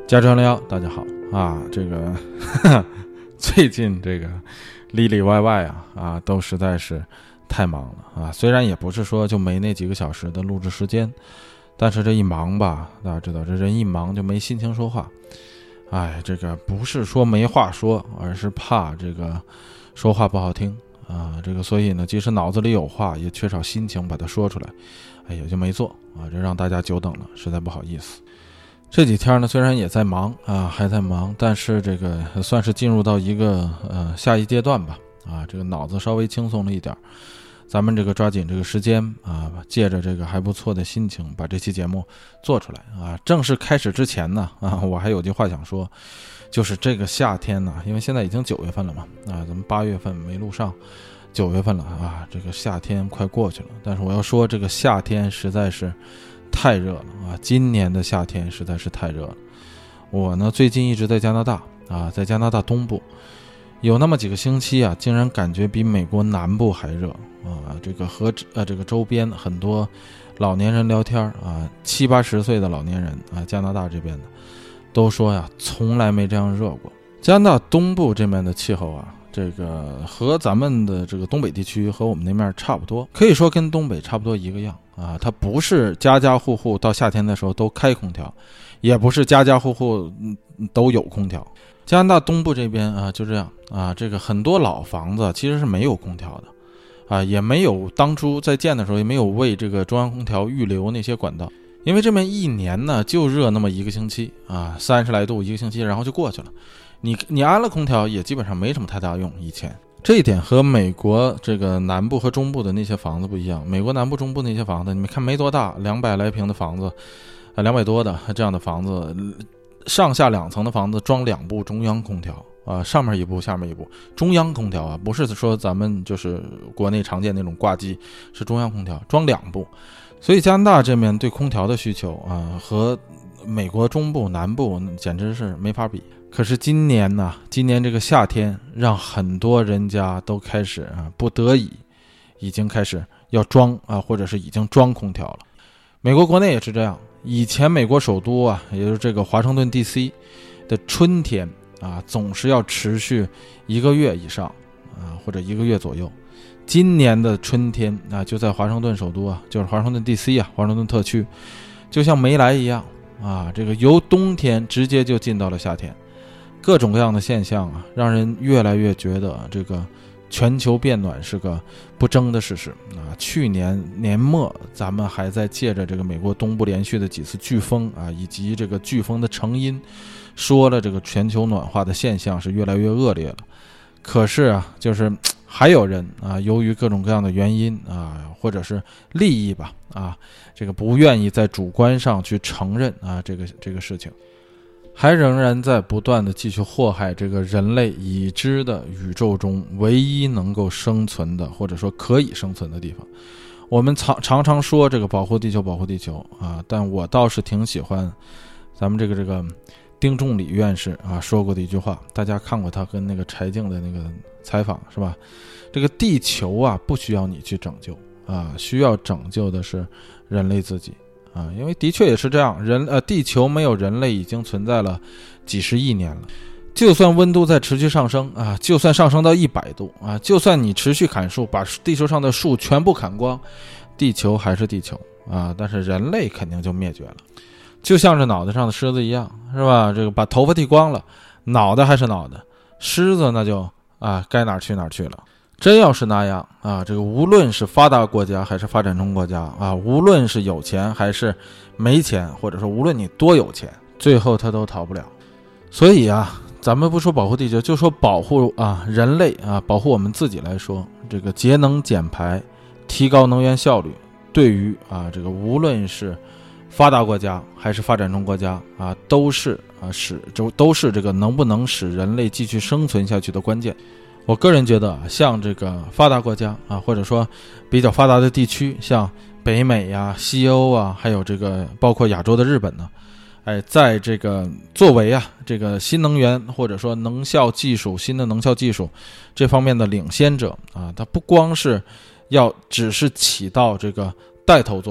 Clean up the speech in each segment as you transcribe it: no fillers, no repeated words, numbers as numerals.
加州101，大家好啊！这个最近这个里里外外啊，都实在是太忙了啊。虽然也不是说就没那几个小时的录制时间，但是这一忙吧，大家知道，这人一忙就没心情说话。哎，这个不是说没话说，而是怕这个说话不好听啊。这个所以呢，即使脑子里有话，也缺少心情把它说出来，哎，也就没做啊。这让大家久等了，实在不好意思。这几天呢，虽然也在忙啊，还在忙，但是这个算是进入到一个下一阶段吧啊，这个脑子稍微轻松了一点，咱们这个抓紧这个时间啊，借着这个还不错的心情把这期节目做出来啊。正式开始之前呢啊，我还有句话想说，就是这个夏天呢，因为现在已经9月份了嘛啊，咱们8月份没录上，9月份了啊，这个夏天快过去了，但是我要说这个夏天实在是太热了啊！今年的夏天实在是太热了。我呢最近一直在加拿大啊，在加拿大东部，有那么几个星期啊，竟然感觉比美国南部还热啊！这个和这个周边很多老年人聊天啊，70、80岁的老年人啊，加拿大这边的都说呀，从来没这样热过。加拿大东部这边的气候啊，这个和咱们的这个东北地区和我们那面差不多，可以说跟东北差不多一个样啊。它不是家家户户到夏天的时候都开空调，也不是家家户户都有空调。加拿大东部这边啊，就这样啊，这个很多老房子其实是没有空调的啊，也没有当初在建的时候也没有为这个中央空调预留那些管道，因为这边一年呢就热那么一个星期啊，30来度一个星期，然后就过去了。你安了空调也基本上没什么太大用。以前这一点和美国这个南部和中部的那些房子不一样。美国南部中部那些房子，你们看没多大，200来平的房子，200多的这样的房子，上下2层的房子装2部中央空调啊，上面一部下面一部，中央空调啊，不是说咱们就是国内常见那种挂机，是中央空调装2部。所以加拿大这边对空调的需求啊，和美国中部南部简直是没法比。可是今年这个夏天让很多人家都开始不得已已经开始要装啊，或者是已经装空调了。美国国内也是这样，以前美国首都啊，也就是这个华盛顿 DC 的春天啊，总是要持续1个月以上啊，或者1个月左右。今年的春天啊，就在华盛顿首都啊，就是华盛顿 DC 啊，华盛顿特区，就像没来一样啊，这个由冬天直接就进到了夏天。各种各样的现象啊，让人越来越觉得这个全球变暖是个不争的事实啊。去年年末，咱们还在借着这个美国东部连续的几次飓风啊，以及这个飓风的成因，说了这个全球暖化的现象是越来越恶劣了。可是啊，就是还有人啊，由于各种各样的原因啊，或者是利益吧啊，这个不愿意在主观上去承认啊这个事情。还仍然在不断的继续祸害这个人类已知的宇宙中唯一能够生存的，或者说可以生存的地方。我们常常说这个保护地球啊，但我倒是挺喜欢咱们这个丁仲礼院士啊说过的一句话，大家看过他跟那个柴静的那个采访是吧？这个地球啊不需要你去拯救啊，需要拯救的是人类自己。啊，因为的确也是这样，地球没有人类已经存在了几十亿年了。就算温度在持续上升啊，就算上升到100度啊，就算你持续砍树，把地球上的树全部砍光，地球还是地球啊，但是人类肯定就灭绝了。就像这脑袋上的虱子一样，是吧？这个把头发剃光了，脑袋还是脑袋，虱子那就该哪儿去哪儿去了。真要是那样啊，这个无论是发达国家还是发展中国家啊，无论是有钱还是没钱，或者说无论你多有钱，最后他都逃不了。所以啊，咱们不说保护地球，就说保护人类啊，保护我们自己来说，这个节能减排，提高能源效率，对于这个无论是发达国家还是发展中国家啊，都是这个能不能使人类继续生存下去的关键。我个人觉得像这个发达国家啊，或者说比较发达的地区，像北美呀、西欧啊，还有这个包括亚洲的日本呢，在这个作为这个新能源或者说能效技术、新的能效技术这方面的领先者啊，它不光是要只是起到这个带头作用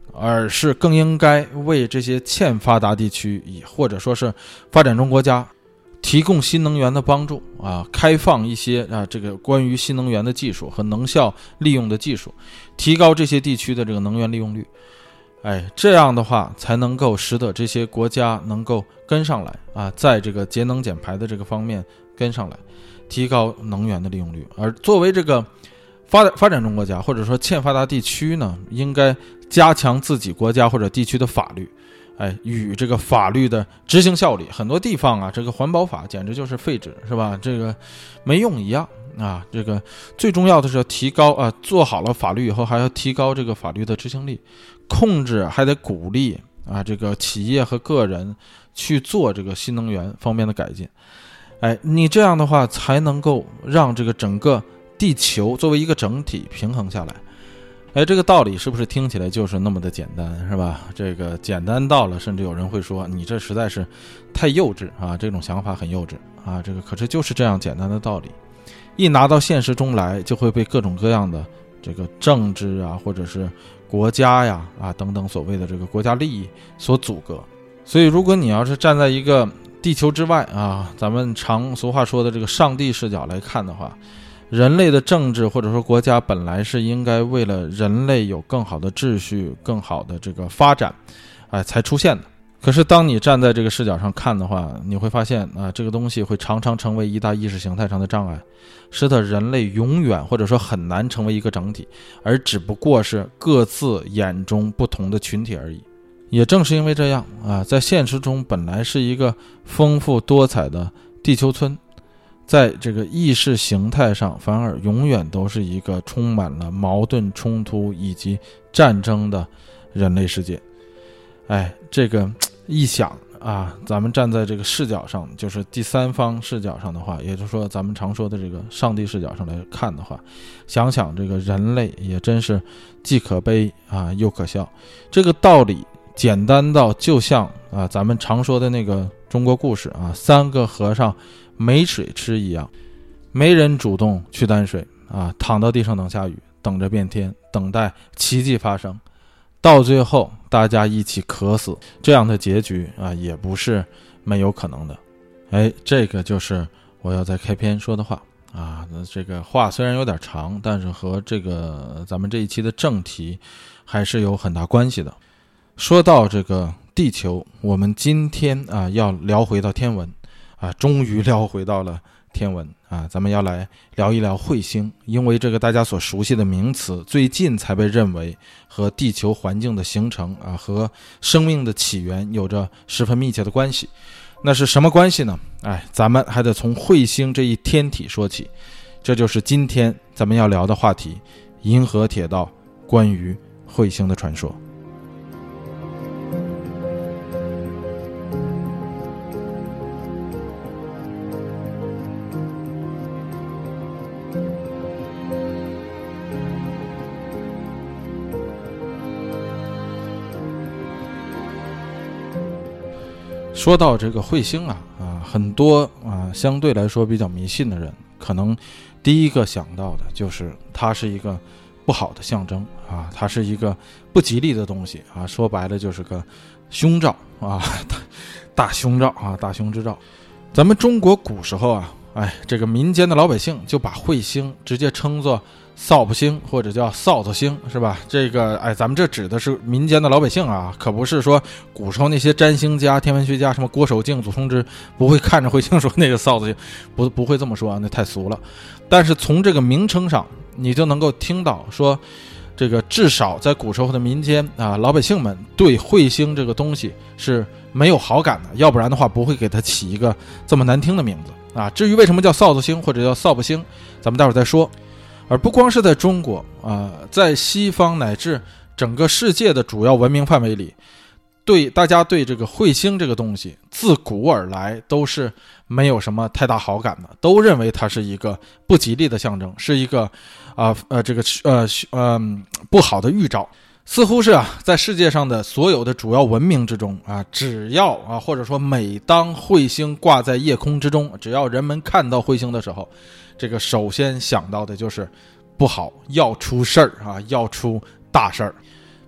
而是更应该为这些欠发达地区或者说是发展中国家提供新能源的帮助开放一些这个关于新能源的技术和能效利用的技术，提高这些地区的这个能源利用率。这样的话才能够使得这些国家能够跟上来在这个节能减排的这个方面跟上来，提高能源的利用率。而作为这个发展中国家或者说欠发达地区呢，应该加强自己国家或者地区的法律，与这个法律的执行效力。很多地方这个环保法简直就是废纸，是吧？这个没用一样这个最重要的是要提高做好了法律以后，还要提高这个法律的执行力，控制还得鼓励这个企业和个人去做这个新能源方面的改进。你这样的话才能够让这个整个地球作为一个整体平衡下来。这个道理是不是听起来就是那么的简单，是吧？这个简单到了甚至有人会说你这实在是太幼稚这种想法很幼稚这个可是就是这样简单的道理，一拿到现实中来就会被各种各样的这个政治或者是国家等等所谓的这个国家利益所阻隔。所以如果你要是站在一个地球之外咱们常俗话说的这个上帝视角来看的话，人类的政治或者说国家本来是应该为了人类有更好的秩序更好的这个发展才出现的。可是当你站在这个视角上看的话，你会发现这个东西会常常成为一大意识形态上的障碍，使得人类永远或者说很难成为一个整体，而只不过是各自眼中不同的群体而已。也正是因为这样在现实中本来是一个丰富多彩的地球村，在这个意识形态上反而永远都是一个充满了矛盾冲突以及战争的人类世界。这个一想咱们站在这个视角上，就是第三方视角上的话，也就是说咱们常说的这个上帝视角上来看的话，想想这个人类也真是既可悲又可笑。这个道理简单到就像咱们常说的那个中国故事三个和尚没水吃一样，没人主动去担水躺到地上等下雨，等着变天，等待奇迹发生，到最后大家一起渴死，这样的结局也不是没有可能的。这个就是我要在开篇说的话这个话虽然有点长，但是和这个咱们这一期的正题还是有很大关系的。说到这个地球，我们今天要聊回到天文终于聊回到了天文咱们要来聊一聊彗星。因为这个大家所熟悉的名词最近才被认为和地球环境的形成和生命的起源有着十分密切的关系。那是什么关系呢？咱们还得从彗星这一天体说起。这就是今天咱们要聊的话题，银河铁道关于彗星的传说。说到这个彗星很多相对来说比较迷信的人，可能第一个想到的就是它是一个不好的象征它是一个不吉利的东西说白了就是个凶兆大凶兆大凶之兆。咱们中国古时候这个民间的老百姓就把彗星直接称作扫把星或者叫扫帚星，是吧？这个咱们这指的是民间的老百姓可不是说古时候那些占星家天文学家什么郭守敬祖冲之不会看着彗星说那个扫帚星，不会这么说那太俗了。但是从这个名称上你就能够听到说，这个至少在古时候的民间老百姓们对彗星这个东西是没有好感的，要不然的话不会给它起一个这么难听的名字至于为什么叫扫帚星或者叫扫把星，咱们待会儿再说。而不光是在中国在西方乃至整个世界的主要文明范围里，大家对这个彗星这个东西自古而来都是没有什么太大好感的，都认为它是一个不吉利的象征，是一个不好的预兆。似乎是在世界上的所有的主要文明之中只要或者说每当彗星挂在夜空之中，只要人们看到彗星的时候，这个首先想到的就是不好，要出事儿要出大事儿。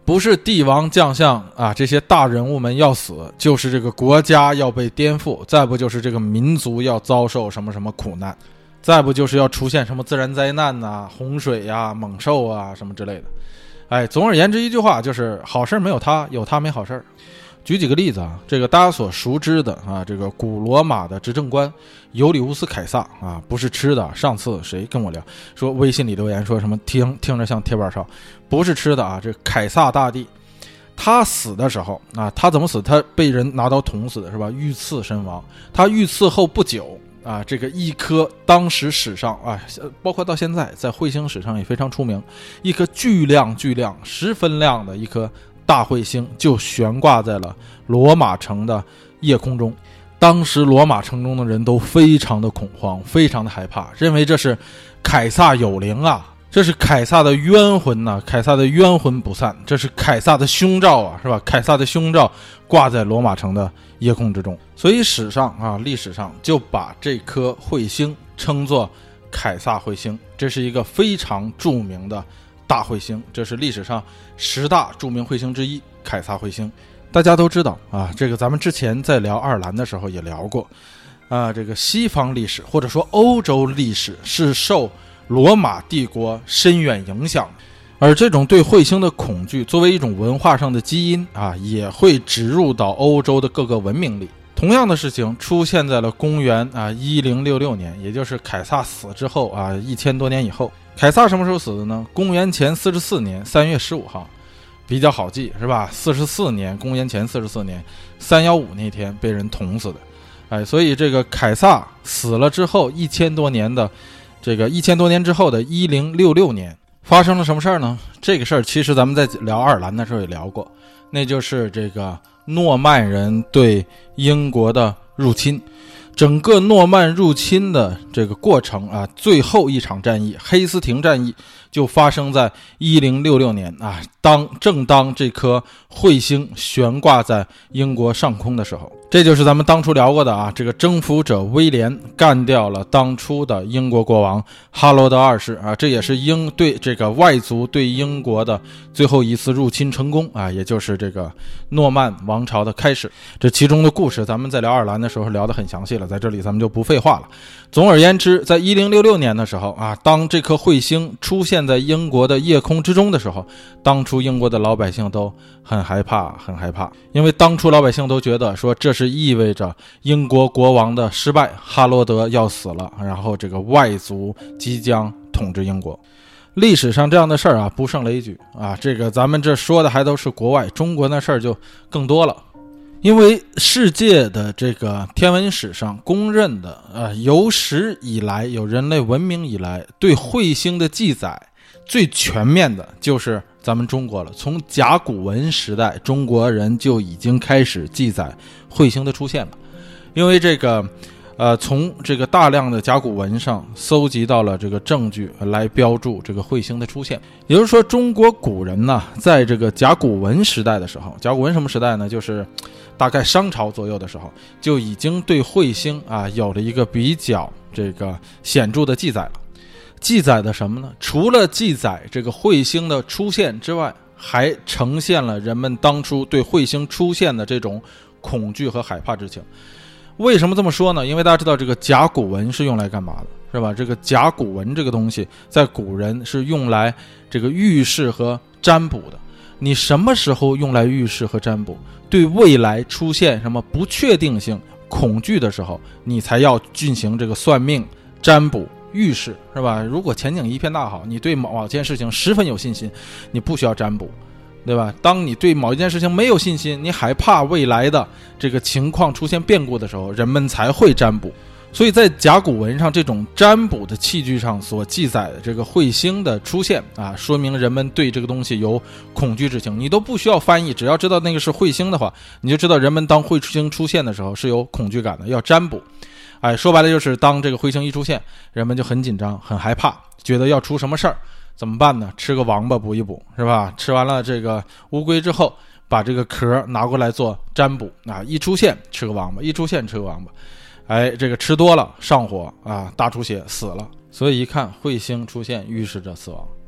不是帝王将相啊这些大人物们要死，就是这个国家要被颠覆，再不就是这个民族要遭受什么什么苦难，再不就是要出现什么自然灾难啊、洪水啊、猛兽啊什么之类的。总而言之一句话就是好事没有他，有他没好事。举几个例子啊，这个大家所熟知的啊，这个古罗马的执政官尤里乌斯凯撒啊，不是吃的。上次谁跟我聊说微信里留言说什么听着像铁板烧，不是吃的啊。这凯撒大帝他死的时候啊，他怎么死？他被人拿刀捅死的是吧？遇刺身亡。他遇刺后不久啊，这个一颗当时史上啊，包括到现在在彗星史上也非常出名，一颗巨亮十分亮的一颗大彗星就悬挂在了罗马城的夜空中。当时罗马城中的人都非常的恐慌，非常的害怕，认为这是凯撒有灵啊，这是凯撒的冤魂呐，凯撒的冤魂不散，这是凯撒的凶兆啊，是吧？凯撒的凶兆挂在罗马城的夜空之中，所以历史上就把这颗彗星称作凯撒彗星，这是一个非常著名的大彗星，这是历史上10大著名彗星之一，凯撒彗星。大家都知道啊，这个咱们之前在聊爱尔兰的时候也聊过啊，这个西方历史或者说欧洲历史是受罗马帝国深远影响的，而这种对彗星的恐惧作为一种文化上的基因啊，也会植入到欧洲的各个文明里。同样的事情出现在了公元1066年，也就是凯撒死之后啊1000多年以后。凯撒什么时候死的呢？公元前44年3月15号，比较好记是吧？44年，公元前44年315那天被人捅死的。所以这个凯撒死了之后1000多年之后的1066年发生了什么事儿呢？这个事儿其实咱们在聊爱尔兰的时候也聊过，那就是这个诺曼人对英国的入侵。整个诺曼入侵的这个过程啊，最后一场战役黑斯廷战役就发生在1066年啊，正当这颗彗星悬挂在英国上空的时候。这就是咱们当初聊过的啊，这个征服者威廉干掉了当初的英国国王哈罗德2世啊，这也是对这个外族对英国的最后一次入侵成功啊，也就是这个诺曼王朝的开始。这其中的故事咱们在聊爱尔兰的时候聊得很详细了，在这里咱们就不废话了。总而言之，在1066年的时候啊，当这颗彗星出现在英国的夜空之中的时候，当初英国的老百姓都很害怕，因为当初老百姓都觉得说这是意味着英国国王的失败，哈罗德要死了，然后这个外族即将统治英国。历史上这样的事儿啊不胜枚举啊，这个咱们这说的还都是国外，中国那事儿就更多了。因为世界的这个天文史上公认的有史以来，有人类文明以来对彗星的记载最全面的就是咱们中国了。从甲骨文时代，中国人就已经开始记载彗星的出现了。因为这个从这个大量的甲骨文上搜集到了这个证据来标注这个彗星的出现。也就是说，中国古人呢，在这个甲骨文时代的时候，甲骨文什么时代呢？就是大概商朝左右的时候，就已经对彗星啊有了一个比较这个显著的记载了。记载的什么呢？除了记载这个彗星的出现之外，还呈现了人们当初对彗星出现的这种恐惧和害怕之情。为什么这么说呢？因为大家知道这个甲骨文是用来干嘛的，是吧？这个甲骨文这个东西在古人是用来这个预示和占卜的。你什么时候用来预示和占卜？对未来出现什么不确定性、恐惧的时候，你才要进行这个算命、占卜、预示，是吧？如果前景一片大好，你对某件事情十分有信心，你不需要占卜，对吧？当你对某一件事情没有信心，你害怕未来的这个情况出现变故的时候，人们才会占卜。所以在甲骨文上这种占卜的器具上所记载的这个彗星的出现啊，说明人们对这个东西有恐惧之情。你都不需要翻译，只要知道那个是彗星的话，你就知道人们当彗星出现的时候是有恐惧感的，要占卜。说白了就是当这个彗星一出现，人们就很紧张很害怕，觉得要出什么事儿，怎么办呢？吃个王八补一补，是吧？吃完了这个乌龟之后，把这个壳拿过来做占卜啊，一出现吃个王八，一出现吃个王八。这个吃多了上火啊，大出血死了。所以一看彗星出现预示着死亡。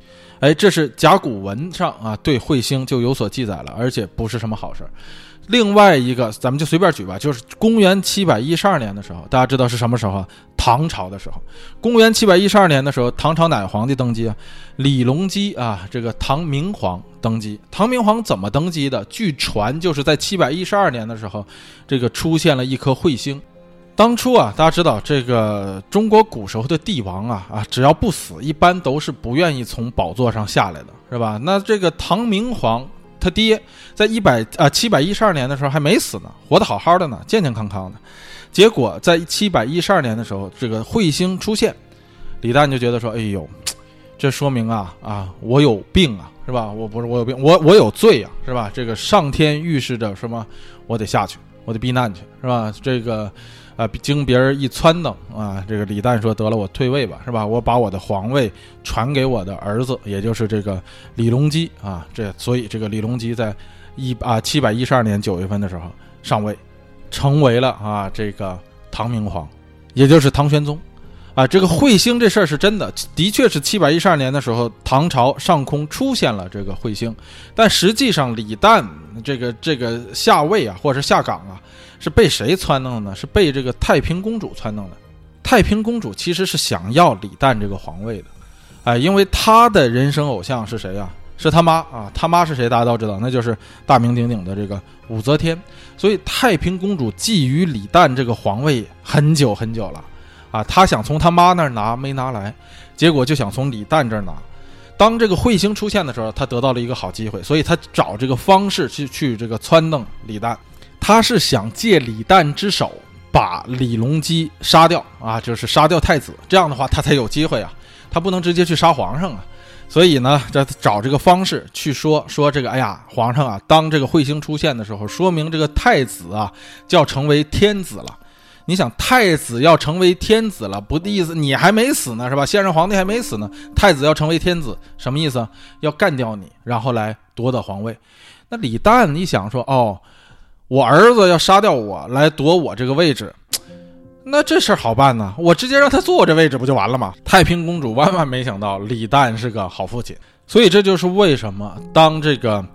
这是甲骨文上啊对彗星就有所记载了，而且不是什么好事。另外一个咱们就随便举吧，就是公元712年的时候，大家知道是什么时候？唐朝的时候。公元712年的时候，唐朝哪个皇帝登基啊？李隆基啊，这个唐明皇登基。唐明皇怎么登基的？据传就是在712年的时候，这个出现了一颗彗星。当初啊，大家知道这个中国古时候的帝王啊，只要不死，一般都是不愿意从宝座上下来的，是吧？那这个唐明皇他爹在712年的时候还没死呢，活得好好的呢，健健康康的。结果在712年的时候，这个彗星出现，李旦就觉得说，哎呦，这说明我有病啊，是吧？我有病，我有罪啊，是吧？这个上天预示着什么？我得下去，我得避难去，是吧？这个经别人一撺掇啊，这个李旦说得了，我退位吧，是吧？我把我的皇位传给我的儿子，也就是这个李隆基啊。所以这个李隆基在712年9月份的时候上位，成为了这个唐明皇，也就是唐玄宗。这个彗星这事儿是真的，的确是712年的时候，唐朝上空出现了这个彗星，但实际上李旦这个下位啊，或者是下岗啊，是被谁撺弄的呢？是被这个太平公主撺弄的。太平公主其实是想要李旦这个皇位的，因为她的人生偶像是谁啊？是他妈啊，他妈是谁？大家都知道，那就是大名鼎鼎的这个武则天。所以太平公主觊觎李旦这个皇位很久很久了。他想从他妈那儿拿，没拿来，结果就想从李旦这儿拿。当这个彗星出现的时候，他得到了一个好机会，所以他找这个方式去这个撺弄李旦。他是想借李旦之手把李隆基杀掉就是杀掉太子，这样的话他才有机会啊，他不能直接去杀皇上啊。所以呢，找这个方式去说这个，皇上啊，当这个彗星出现的时候，说明这个太子就要成为天子了。你想太子要成为天子了，不的意思你还没死呢，是吧？现任皇帝还没死呢，太子要成为天子，什么意思？要干掉你，然后来夺得皇位。那李旦你想说，我儿子要杀掉我来夺我这个位置，那这事儿好办呢，我直接让他坐我这位置不就完了吗？太平公主万万没想到李旦是个好父亲，所以这就是为什么当这个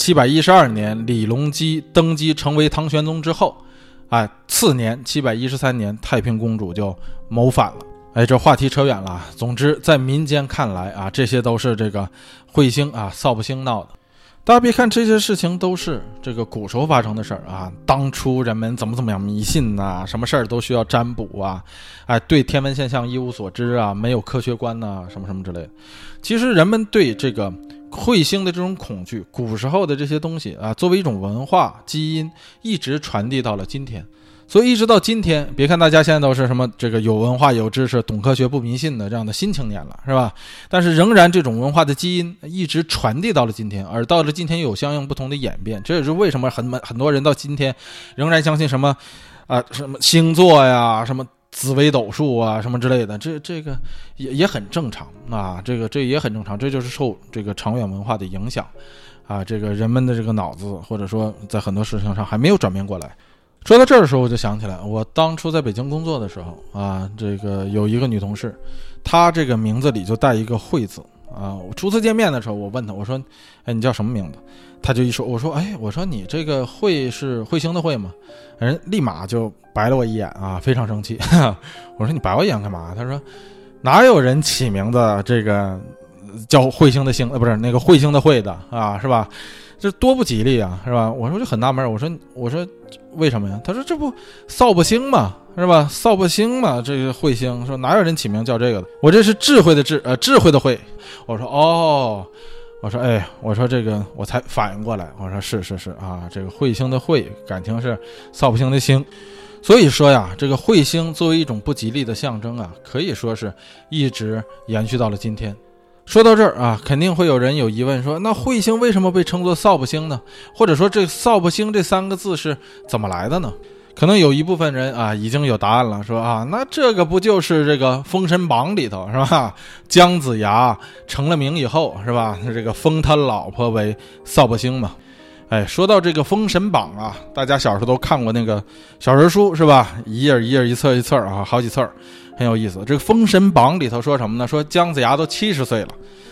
712年李隆基登基成为唐玄宗之后，次年713年太平公主就谋反了。这话题扯远了。总之在民间看来这些都是这个彗星扫把星闹的。大家别看这些事情都是这个古时候发生的事儿当初人们怎么样迷信什么事儿都需要占卜对天文现象一无所知没有科学观什么什么之类的。其实人们对这个彗星的这种恐惧，古时候的这些东西作为一种文化基因，一直传递到了今天。所以一直到今天，别看大家现在都是什么这个有文化有知识懂科学不迷信的这样的新青年了，是吧？但是仍然这种文化的基因一直传递到了今天，而到了今天又有相应不同的演变。这也是为什么很多人到今天仍然相信什么什么星座呀，什么紫微斗数什么之类的，这个也很正常这也很正常，这就是受这个长远文化的影响这个人们的这个脑子或者说在很多事情上还没有转变过来。说到这儿的时候，我就想起来，我当初在北京工作的时候这个有一个女同事，她这个名字里就带一个慧字我初次见面的时候，我问她，我说，你叫什么名字？她就一说，我说你这个慧是彗星的慧吗？人立马就白了我一眼非常生气。我说你白我一眼干嘛？她说哪有人起名字这个叫彗星的星不是那个彗星的彗的是吧？这多不吉利是吧？我说就很纳闷，我说为什么呀？他说这不扫把星嘛，是吧？扫把星嘛，这个彗星，说哪有人起名叫这个的？我这是智慧的智慧的慧。我说我说这个我才反应过来，我说是这个彗星的彗感情是扫把星的星。所以说呀，这个彗星作为一种不吉利的象征可以说是一直延续到了今天。说到这儿肯定会有人有疑问，说那彗星为什么被称作扫把星呢？或者说这扫把星这3个字是怎么来的呢？可能有一部分人已经有答案了，说那这个不就是这个《封神榜》里头是吧？姜子牙成了名以后是吧？这个封他老婆为扫把星嘛。说到这个《封神榜》大家小时候都看过那个小人书是吧？一页一册一册好几册，很有意思。这个《封神榜》里头说什么呢？说姜子牙都70岁了，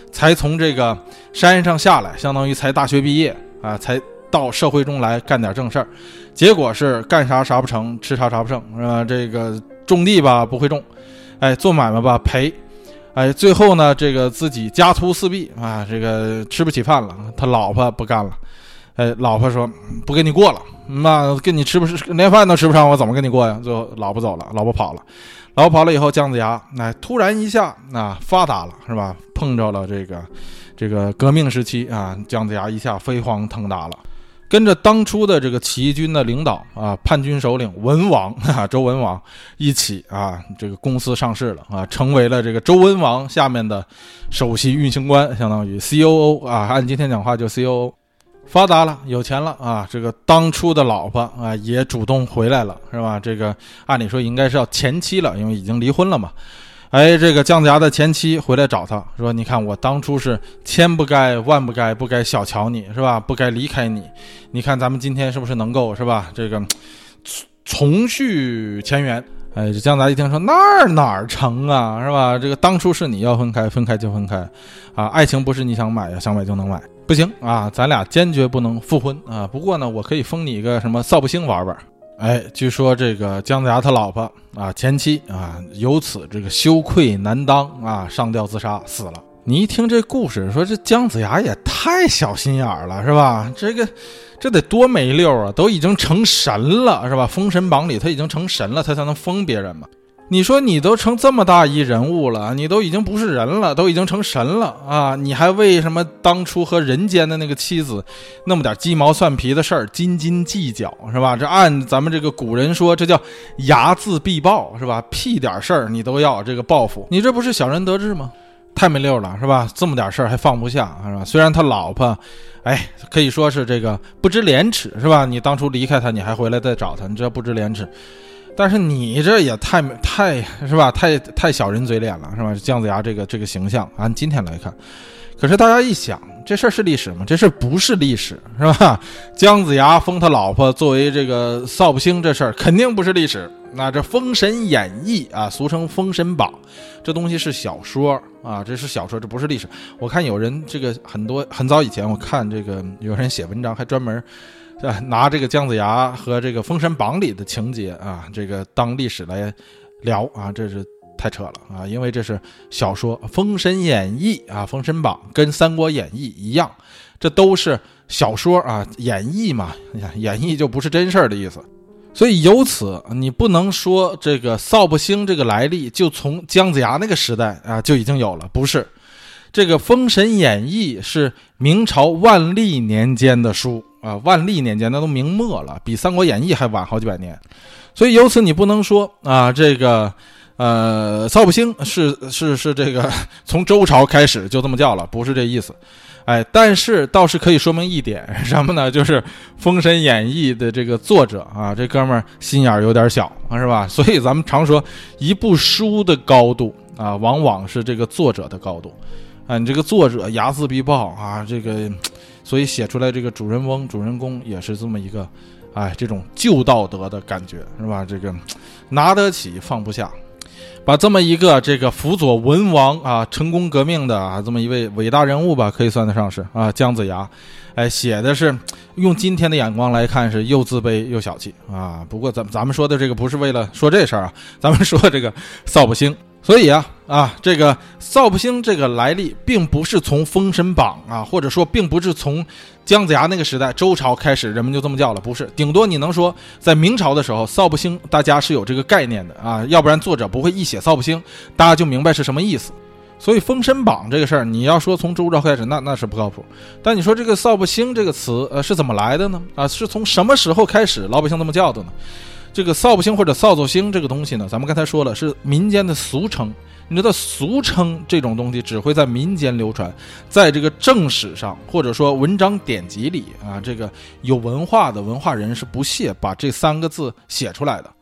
才从这个山上下来，相当于才大学毕业啊，才到社会中来干点正事儿。结果是干啥啥不成，吃啥啥不成，是吧？这个种地吧不会种，做买卖吧赔，最后呢这个自己家徒四壁啊，这个吃不起饭了，他老婆不干了。老婆说不跟你过了，那跟你连饭都吃不上，我怎么跟你过呀？最后老婆走了，老婆跑了以后，姜子牙突然一下发达了，是吧？碰着了这个革命时期啊，姜子牙一下飞黄腾达了，跟着当初的这个起义军的领导啊，叛军首领文王周文王一起啊，这个公司上市了啊，成为了这个周文王下面的首席运行官，相当于 COO 啊，按今天讲话就 COO。发达了，有钱了啊！这个当初的老婆啊也主动回来了，是吧？这个按理说应该是要前妻了，因为已经离婚了嘛。这个姜子牙的前妻回来找他说：“你看我当初是千不该万不该，不该小瞧你，是吧？不该离开你。你看咱们今天是不是能够，是吧？这个重续前缘。”这姜子牙一听说哪成啊，是吧？这个当初是你要分开，分开就分开啊！爱情不是你想买想买就能买。不行啊，咱俩坚决不能复婚啊！不过呢，我可以封你一个什么扫把星玩玩。据说这个姜子牙他老婆啊，前妻啊，由此这个羞愧难当啊，上吊自杀死了。你一听这故事，说这姜子牙也太小心眼了，是吧？这得多没溜啊！都已经成神了，是吧？封神榜里他已经成神了，他才能封别人嘛。你说你都成这么大一人物了，你都已经不是人了，都已经成神了啊！你还为什么当初和人间的那个妻子那么点鸡毛蒜皮的事儿斤斤计较，是吧？这按咱们这个古人说，这叫睚眦必报，是吧？屁点事儿你都要这个报复，你这不是小人得志吗？太没溜了，是吧？这么点事儿还放不下，是吧？虽然他老婆可以说是这个不知廉耻，是吧？你当初离开他，你还回来再找他，你这不知廉耻。但是你这也太是吧？太小人嘴脸了，是吧？姜子牙这个形象，按今天来看，可是大家一想，这事儿是历史吗？这事儿不是历史，是吧？姜子牙封他老婆作为这个扫把星，这事儿肯定不是历史。那这《封神演义》啊，俗称《封神榜》，这东西是小说啊，这是小说，这不是历史。我看有人这个很早以前，我看这个有人写文章，还专门拿这个姜子牙和这个《封神榜》里的情节啊，这个当历史来聊啊，这是太扯了啊！因为这是小说，《封神演义》啊，《封神榜》跟《三国演义》一样，这都是小说啊，演义嘛，演义就不是真事儿的意思。所以由此你不能说这个扫把星这个来历就从姜子牙那个时代啊就已经有了，不是。这个《封神演义》是明朝万历年间的书啊，万历年间那都明末了，比《三国演义》还晚好几百年。所以由此你不能说啊，这个扫把星是这个从周朝开始就这么叫了，不是这意思。但是倒是可以说明一点，什么呢？就是《封神演义》的这个作者啊，这哥们儿心眼有点小，是吧？所以咱们常说，一部书的高度啊，往往是这个作者的高度啊。你这个作者睚眦必报啊，这个，所以写出来这个主人公也是这么一个，这种旧道德的感觉，是吧？这个拿得起放不下。把这么一个这个辅佐文王啊成功革命的啊这么一位伟大人物吧，可以算得上是啊姜子牙，写的是用今天的眼光来看是又自卑又小气啊。不过咱们说的这个不是为了说这事儿啊，咱们说这个扫把星。所以这个扫把星这个来历并不是从《封神榜》啊，或者说并不是从姜子牙那个时代周朝开始人们就这么叫了，不是。顶多你能说在明朝的时候扫把星大家是有这个概念的啊，要不然作者不会一写扫把星大家就明白是什么意思。所以《封神榜》这个事儿你要说从周朝开始那是不靠谱。但你说这个扫把星这个词是怎么来的呢？是从什么时候开始老百姓这么叫的呢？这个扫把星或者扫帚星这个东西呢，咱们刚才说了是民间的俗称。你知道俗称这种东西只会在民间流传，在这个正史上或者说文章典籍里啊，这个有文化的文化人是不屑把这三个字写出来的。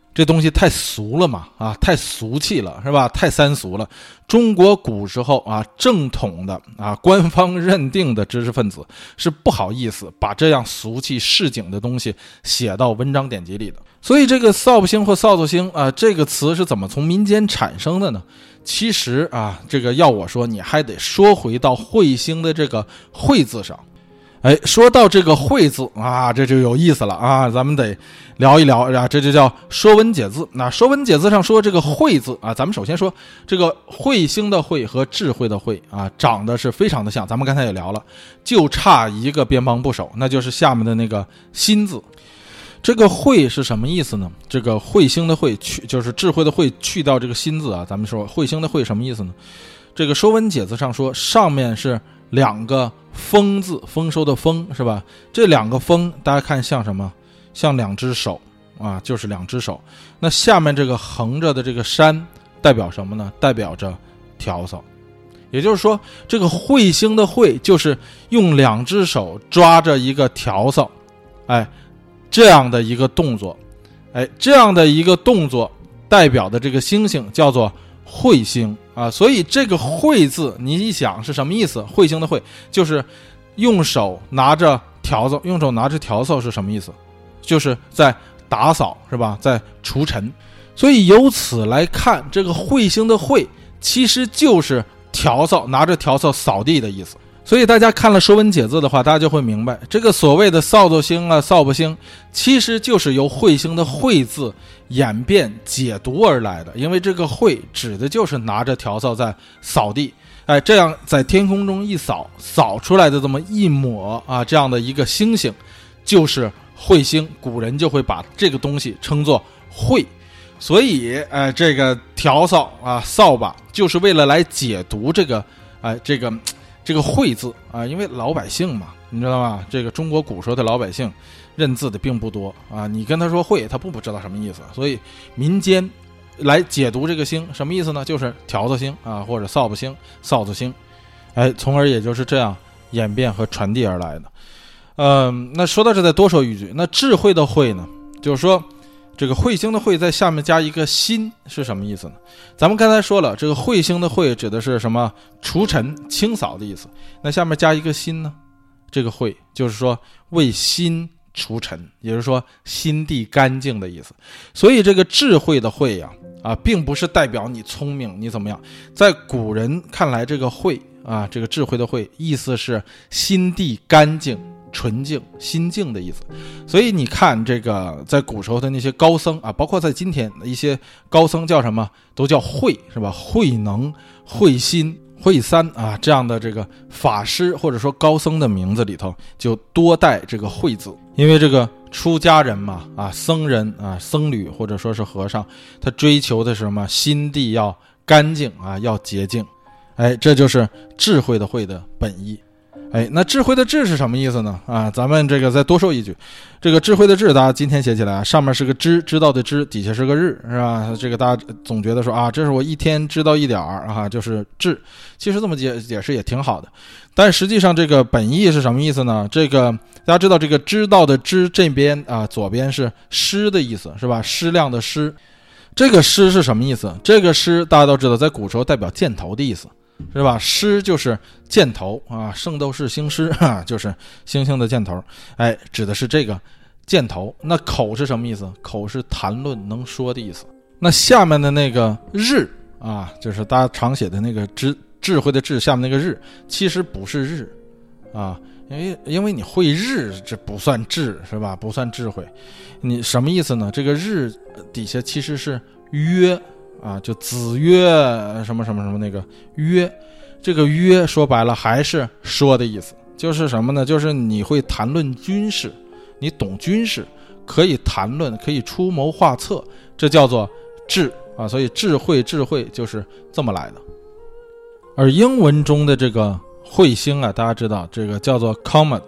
这东西太俗了嘛，太俗气了，是吧？太三俗了。中国古时候正统的官方认定的知识分子是不好意思把这样俗气市井的东西写到文章典籍里的。所以这个扫把星或扫帚星这个词是怎么从民间产生的呢？其实这个要我说，你还得说回到彗星的这个彗字上。说到这个彗字这就有意思了咱们得聊一聊这就叫说文解字。那说文解字上说这个彗字咱们首先说这个彗星的彗和智慧的慧长得是非常的像，咱们刚才也聊了，就差一个边旁部首，那就是下面的那个心字。这个慧是什么意思呢？这个彗星的慧就是智慧的慧去掉这个心字咱们说彗星的慧什么意思呢？这个说文解字上说上面是两个丰字，丰收的丰是吧？这两个丰大家看像什么？像两只手就是两只手。那下面这个横着的这个山代表什么呢？代表着笤帚。也就是说这个彗星的彗就是用两只手抓着一个笤帚这样的一个动作这样的一个动作代表的这个星星叫做彗星所以这个彗字你一想是什么意思？彗星的彗就是用手拿着笤帚，用手拿着笤帚是什么意思？就是在打扫是吧？在除尘。所以由此来看，这个彗星的彗其实就是笤帚，拿着笤帚扫地的意思。所以大家看了说文解字的话，大家就会明白，这个所谓的扫帚星扫把星其实就是由彗星的彗字演变解读而来的。因为这个彗指的就是拿着笤帚在扫地这样在天空中一扫出来的这么一抹这样的一个星星就是彗星，古人就会把这个东西称作彗。所以这个笤帚扫把就是为了来解读这个这个彗字因为老百姓嘛，你知道吗？这个中国古时候的老百姓认字的并不多你跟他说彗他不知道什么意思，所以民间来解读这个星什么意思呢？就是笤帚星或者扫把星、扫帚星从而也就是这样演变和传递而来的。那说到这再多说一句，那智慧的慧呢，就是说这个彗星的彗在下面加一个心是什么意思呢？咱们刚才说了，这个彗星的彗指的是什么？除尘清扫的意思。那下面加一个心呢？这个彗就是说为心除尘，也就是说心地干净的意思。所以这个智慧的慧并不是代表你聪明你怎么样，在古人看来这个慧这个智慧的慧意思是心地干净纯净心境的意思。所以你看这个在古时候的那些高僧包括在今天的一些高僧叫什么？都叫慧是吧？慧能、慧心、慧三这样的这个法师或者说高僧的名字里头就多带这个慧字。因为这个出家人嘛僧人僧侣或者说是和尚，他追求的是什么？心地要干净要洁净这就是智慧的慧的本意。那智慧的智是什么意思呢？咱们这个再多说一句，这个智慧的智大家今天写起来上面是个知道的知，底下是个日是吧？这个大家总觉得说这是我一天知道一点就是智。其实这么解释也挺好的，但实际上这个本意是什么意思呢？这个大家知道这个知道的知这边左边是诗的意思是吧？诗量的诗。这个诗是什么意思？这个诗大家都知道在古时候代表箭头的意思是吧？狮就是箭头圣斗士星矢就是星星的箭头指的是这个箭头。那口是什么意思？口是谈论能说的意思。那下面的那个日就是大家常写的那个智慧的智，下面那个日其实不是日因为你会日这不算智是吧？不算智慧。你什么意思呢？这个日底下其实是约就子曰什么什么什么那个约，这个约说白了还是说的意思，就是什么呢？就是你会谈论军事，你懂军事，可以谈论，可以出谋划策，这叫做智所以智慧就是这么来的。而英文中的这个彗星大家知道这个叫做 comet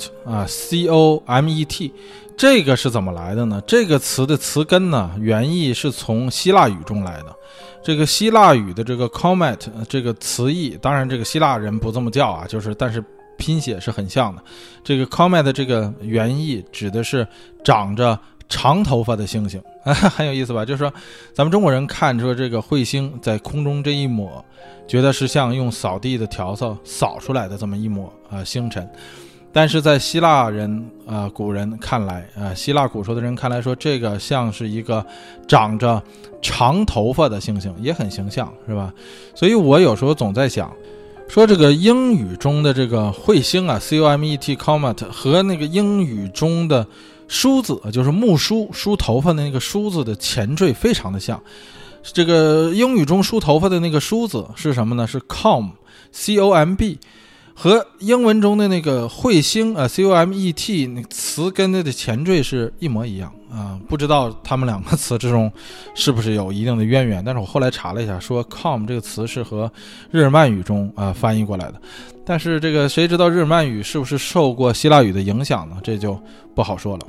C-O-M-E-T， 这个是怎么来的呢？这个词的词根呢，原意是从希腊语中来的。这个希腊语的这个 comet 这个词义，当然这个希腊人不这么叫但是拼写是很像的。这个 comet 这个原意指的是长着长头发的星星，很有意思吧？就是说咱们中国人看说这个彗星在空中这一抹，觉得是像用扫地的笤帚扫出来的这么一抹星辰，但是在希腊人古人看来希腊古时候的人看来说，这个像是一个长着长头发的星星，也很形象，是吧？所以我有时候总在想说，这个英语中的这个彗星COMET comet 和那个英语中的梳子，就是木梳头发的那个梳子的前缀非常的像。这个英语中梳头发的那个梳子是什么呢？是 COMB， 和英文中的那个彗星COMET 那个词根的前缀是一模一样不知道他们两个词之中是不是有一定的渊源，但是我后来查了一下，说 com 这个词是和日耳曼语中翻译过来的，但是这个谁知道日耳曼语是不是受过希腊语的影响呢？这就不好说了。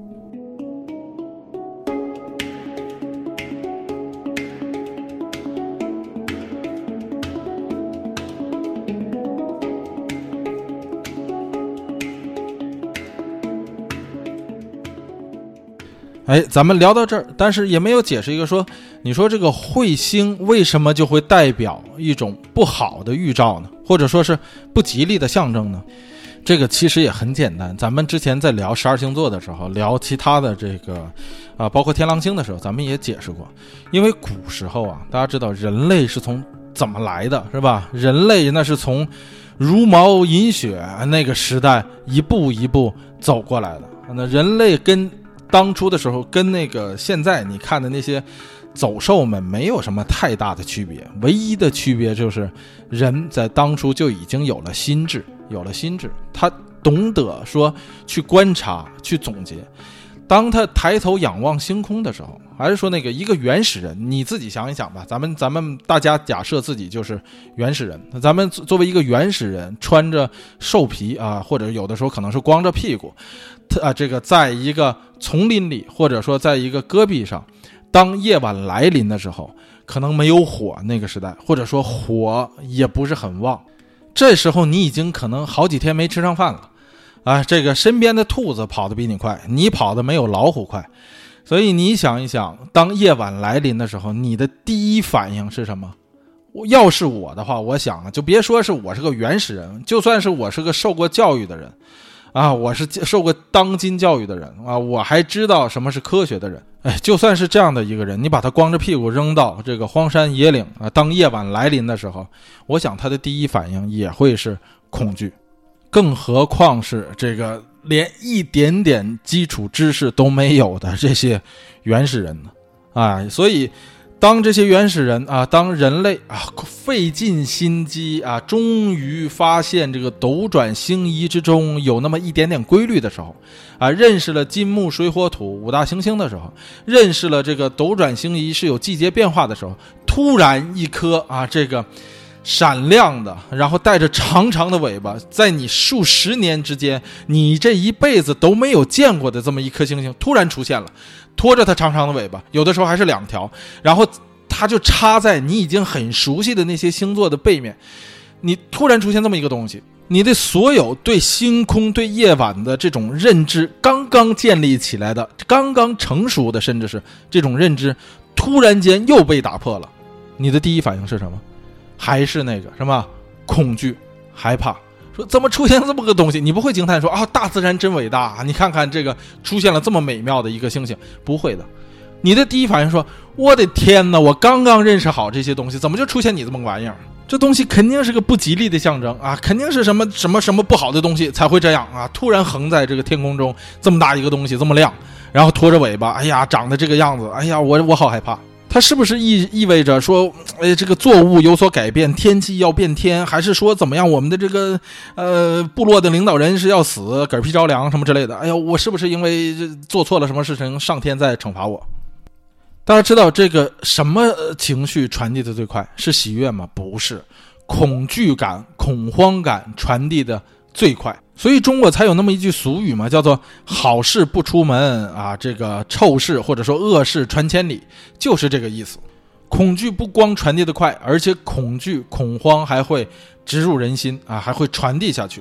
咱们聊到这儿，但是也没有解释一个说，你说这个彗星为什么就会代表一种不好的预兆呢？或者说是不吉利的象征呢？这个其实也很简单，咱们之前在聊12星座的时候，聊其他的这个包括天狼星的时候，咱们也解释过。因为古时候大家知道人类是从怎么来的，是吧？人类那是从茹毛饮血那个时代一步一步走过来的。那人类跟当初的时候跟那个现在你看的那些走兽们没有什么太大的区别，唯一的区别就是人在当初就已经有了心智，他懂得说去观察去总结。当他抬头仰望星空的时候，还是说那个一个原始人，你自己想一想吧，咱们大家假设自己就是原始人，咱们作为一个原始人，穿着兽皮或者有的时候可能是光着屁股这个在一个丛林里，或者说在一个戈壁上，当夜晚来临的时候，可能没有火，那个时代或者说火也不是很旺，这时候你已经可能好几天没吃上饭了这个身边的兔子跑得比你快，你跑得没有老虎快。所以你想一想，当夜晚来临的时候，你的第一反应是什么？要是我的话，我想就别说是我是个原始人，就算是我是个受过教育的人我是受过当今教育的人我还知道什么是科学的人，就算是这样的一个人，你把他光着屁股扔到这个荒山野岭当夜晚来临的时候，我想他的第一反应也会是恐惧，更何况是这个连一点点基础知识都没有的这些原始人呢所以当这些原始人当人类费尽心机终于发现这个斗转星移之中有那么一点点规律的时候认识了金木水火土五大行星的时候，认识了这个斗转星移是有季节变化的时候，突然一颗这个闪亮的，然后带着长长的尾巴，在你数十年之间你这一辈子都没有见过的这么一颗星星突然出现了，拖着它长长的尾巴，有的时候还是2条，然后它就插在你已经很熟悉的那些星座的背面，你突然出现这么一个东西，你的所有对星空对夜晚的这种认知刚刚建立起来的刚刚成熟的甚至是这种认知突然间又被打破了，你的第一反应是什么？还是那个什么恐惧害怕，说怎么出现这么个东西？你不会惊叹说大自然真伟大，你看看这个出现了这么美妙的一个星星，不会的。你的第一反应说我的天哪，我刚刚认识好这些东西，怎么就出现你这么个玩意儿？这东西肯定是个不吉利的象征肯定是什么不好的东西才会这样突然横在这个天空中这么大一个东西这么亮，然后拖着尾巴长得这个样子，我好害怕。它是不是意味着说这个作物有所改变，天气要变天，还是说怎么样我们的这个部落的领导人是要死，嗝屁着凉什么之类的？我是不是因为做错了什么事情上天在惩罚我？大家知道这个什么情绪传递的最快？是喜悦吗？不是，恐惧感恐慌感传递的最快。所以中国才有那么一句俗语嘛，叫做好事不出门这个臭事或者说恶事传千里，就是这个意思。恐惧不光传递的快，而且恐惧恐慌还会植入人心还会传递下去。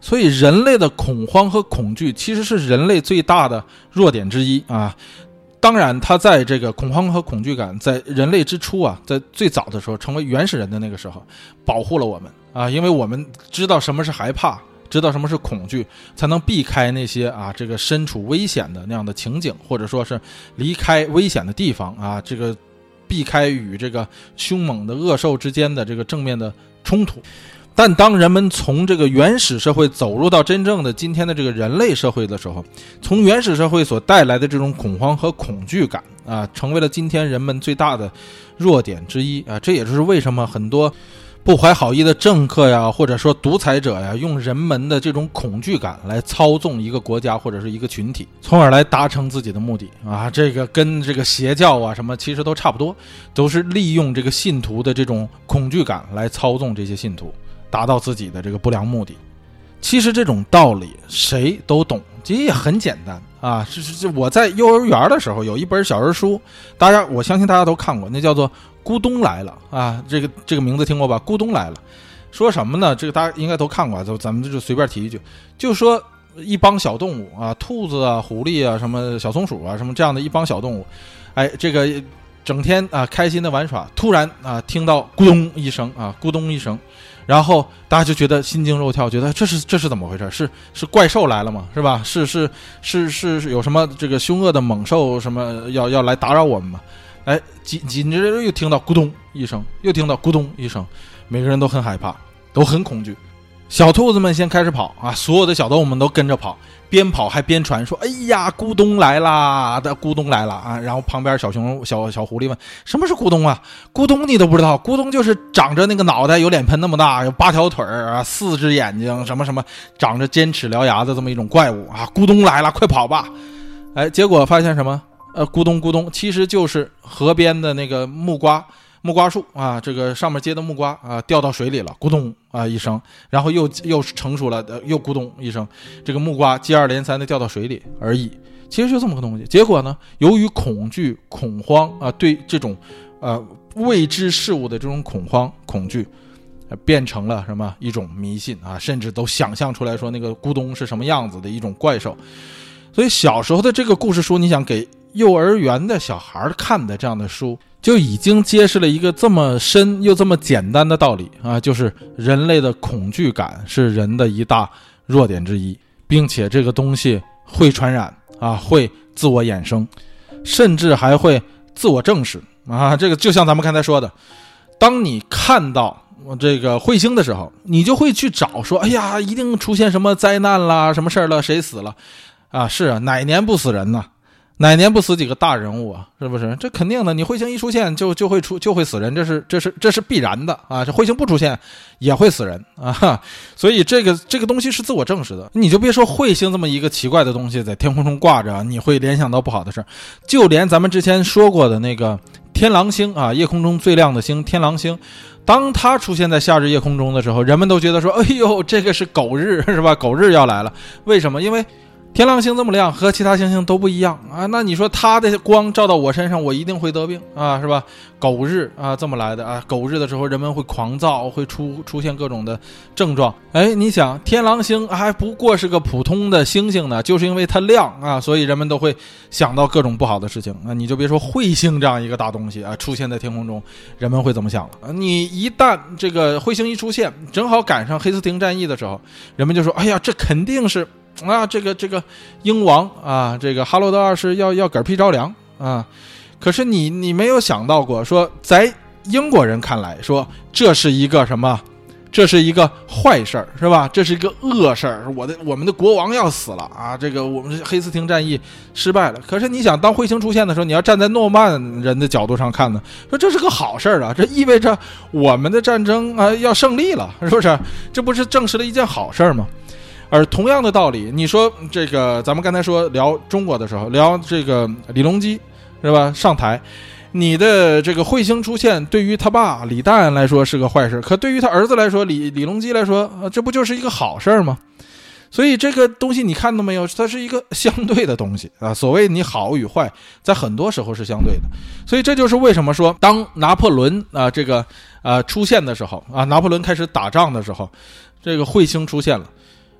所以人类的恐慌和恐惧其实是人类最大的弱点之一啊。当然它在这个恐慌和恐惧感在人类之初啊，在最早的时候成为原始人的那个时候保护了我们啊，因为我们知道什么是害怕，知道什么是恐惧，才能避开那些啊这个身处危险的那样的情景，或者说是离开危险的地方啊，这个避开与这个凶猛的恶兽之间的这个正面的冲突。但当人们从这个原始社会走入到真正的今天的这个人类社会的时候，从原始社会所带来的这种恐慌和恐惧感啊，成为了今天人们最大的弱点之一啊。这也就是为什么很多不怀好意的政客呀，或者说独裁者呀，用人们的这种恐惧感来操纵一个国家或者是一个群体，从而来达成自己的目的啊。这个跟这个邪教啊什么其实都差不多，都是利用这个信徒的这种恐惧感来操纵这些信徒，达到自己的这个不良目的。其实这种道理谁都懂，其实也很简单啊。是我在幼儿园的时候有一本小人书，我相信大家都看过，那叫做《咕咚来了》啊。这个名字听过吧？咕咚来了，说什么呢？这个大家应该都看过，咱们就随便提一句，就说一帮小动物啊，兔子啊、狐狸啊、什么小松鼠啊、什么这样的一帮小动物，哎，这个整天啊开心的玩耍，突然啊听到咕咚一声啊，咕咚一声。然后大家就觉得心惊肉跳，觉得这是怎么回事？是怪兽来了吗？是吧？是有什么这个凶恶的猛兽什么要来打扰我们吗？哎，紧接着又听到咕咚一声，又听到咕咚一声，每个人都很害怕，都很恐惧。小兔子们先开始跑啊，所有的小动物们都跟着跑，边跑还边传说：“哎呀，咕咚来啦！的咕咚来了啊！”然后旁边小狐狸问：“什么是咕咚啊？咕咚你都不知道？咕咚就是长着那个脑袋，有脸盆那么大，有8条腿啊，4只眼睛，什么什么，长着尖齿獠牙的这么一种怪物啊！咕咚来了，快跑吧！”哎，结果发现什么？咕咚咕咚，其实就是河边的那个木瓜树啊，这个上面结的木瓜啊，掉到水里了，咕咚啊一声，然后又成熟了，又咕咚一声，这个木瓜接二连三的掉到水里而已。其实就这么个东西。结果呢，由于恐惧、恐慌啊，对这种未知事物的这种恐慌、恐惧，变成了什么一种迷信啊，甚至都想象出来说那个咕咚是什么样子的一种怪兽。所以小时候的这个故事书，你想给幼儿园的小孩看的这样的书，就已经揭示了一个这么深又这么简单的道理啊，就是人类的恐惧感是人的一大弱点之一，并且这个东西会传染啊，会自我衍生，甚至还会自我证实啊。这个就像咱们刚才说的，当你看到这个彗星的时候，你就会去找说，哎呀，一定出现什么灾难啦，什么事儿了，谁死了啊？是啊，哪年不死人呢？哪年不死几个大人物啊？是不是？这肯定的，你彗星一出现就会死人，这是必然的啊！这彗星不出现也会死人啊！所以这个东西是自我证实的。你就别说彗星这么一个奇怪的东西在天空中挂着，你会联想到不好的事。就连咱们之前说过的那个天狼星啊，夜空中最亮的星天狼星，当它出现在夏日夜空中的时候，人们都觉得说，哎呦，这个是狗日，是吧？狗日要来了。为什么？因为天狼星这么亮，和其他星星都不一样啊！那你说它的光照到我身上，我一定会得病啊，是吧？狗日啊，这么来的啊！狗日的时候，人们会狂躁，会出现各种的症状。哎，你想，天狼星还不过是个普通的星星呢，就是因为它亮啊，所以人们都会想到各种不好的事情啊！你就别说彗星这样一个大东西啊，出现在天空中，人们会怎么想了？你一旦这个彗星一出现，正好赶上黑斯廷战役的时候，人们就说：哎呀，这肯定是。啊，这个英王啊，这个哈罗德二世要嗝屁着凉啊！可是你没有想到过，说在英国人看来，说这是一个什么？这是一个坏事儿，是吧？这是一个恶事儿，我们的国王要死了啊！这个我们黑斯廷战役失败了。可是你想，当彗星出现的时候，你要站在诺曼人的角度上看呢，说这是个好事儿啊，这意味着我们的战争啊要胜利了，是不是？这不是证实了一件好事儿吗？而同样的道理，你说这个，咱们刚才说聊中国的时候，聊这个李隆基是吧？上台，你的这个彗星出现，对于他爸李旦来说是个坏事，可对于他儿子来说，李隆基来说，这不就是一个好事吗？所以这个东西你看到没有？它是一个相对的东西啊。所谓你好与坏，在很多时候是相对的。所以这就是为什么说，当拿破仑啊这个出现的时候啊，拿破仑开始打仗的时候，这个彗星出现了。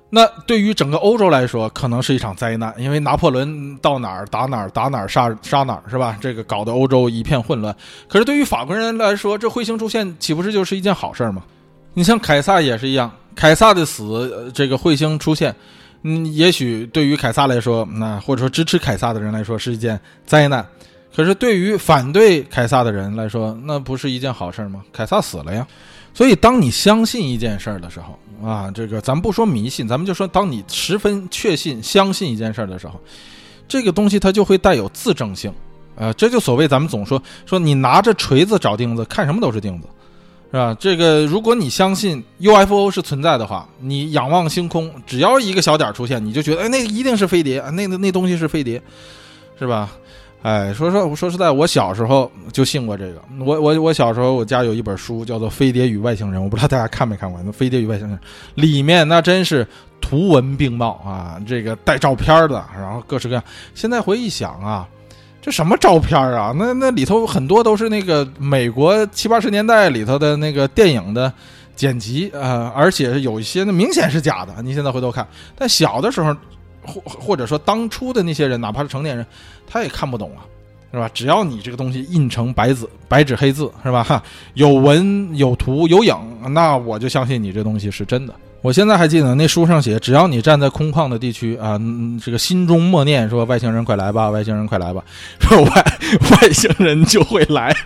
那对于整个欧洲来说，可能是一场灾难，因为拿破仑到哪儿打哪儿，打哪儿杀哪儿，是吧？这个搞得欧洲一片混乱。可是对于法国人来说，这彗星出现岂不是就是一件好事吗？你像凯撒也是一样，凯撒的死，这个彗星出现，也许对于凯撒来说，那或者说支持凯撒的人来说是一件灾难。可是对于反对凯撒的人来说，那不是一件好事吗？凯撒死了呀。所以当你相信一件事的时候啊，这个咱们不说迷信，咱们就说当你十分确信相信一件事的时候，这个东西它就会带有自证性。这就所谓咱们总说你拿着锤子找钉子，看什么都是钉子，是吧？这个如果你相信 UFO 是存在的话，你仰望星空，只要一个小点出现，你就觉得那一定是飞碟，那东西是飞碟，是吧？说实在，我小时候就信过这个。我小时候我家有一本书叫做《飞碟与外星人》，我不知道大家看没看过。那《飞碟与外星人》里面那真是图文并茂啊，这个带照片的，然后各式各样。现在回忆想啊，这什么照片啊？那里头很多都是那个美国70、80年代里头的那个电影的剪辑而且有一些明显是假的。你现在回头看，但小的时候。或者说当初的那些人，哪怕是成年人，他也看不懂啊，是吧？只要你这个东西印成白纸黑字，是吧？有文有图有影，那我就相信你这东西是真的。我现在还记得那书上写，只要你站在空旷的地区啊，这个心中默念说外星人快来吧，外星人快来吧，说外星人就会来。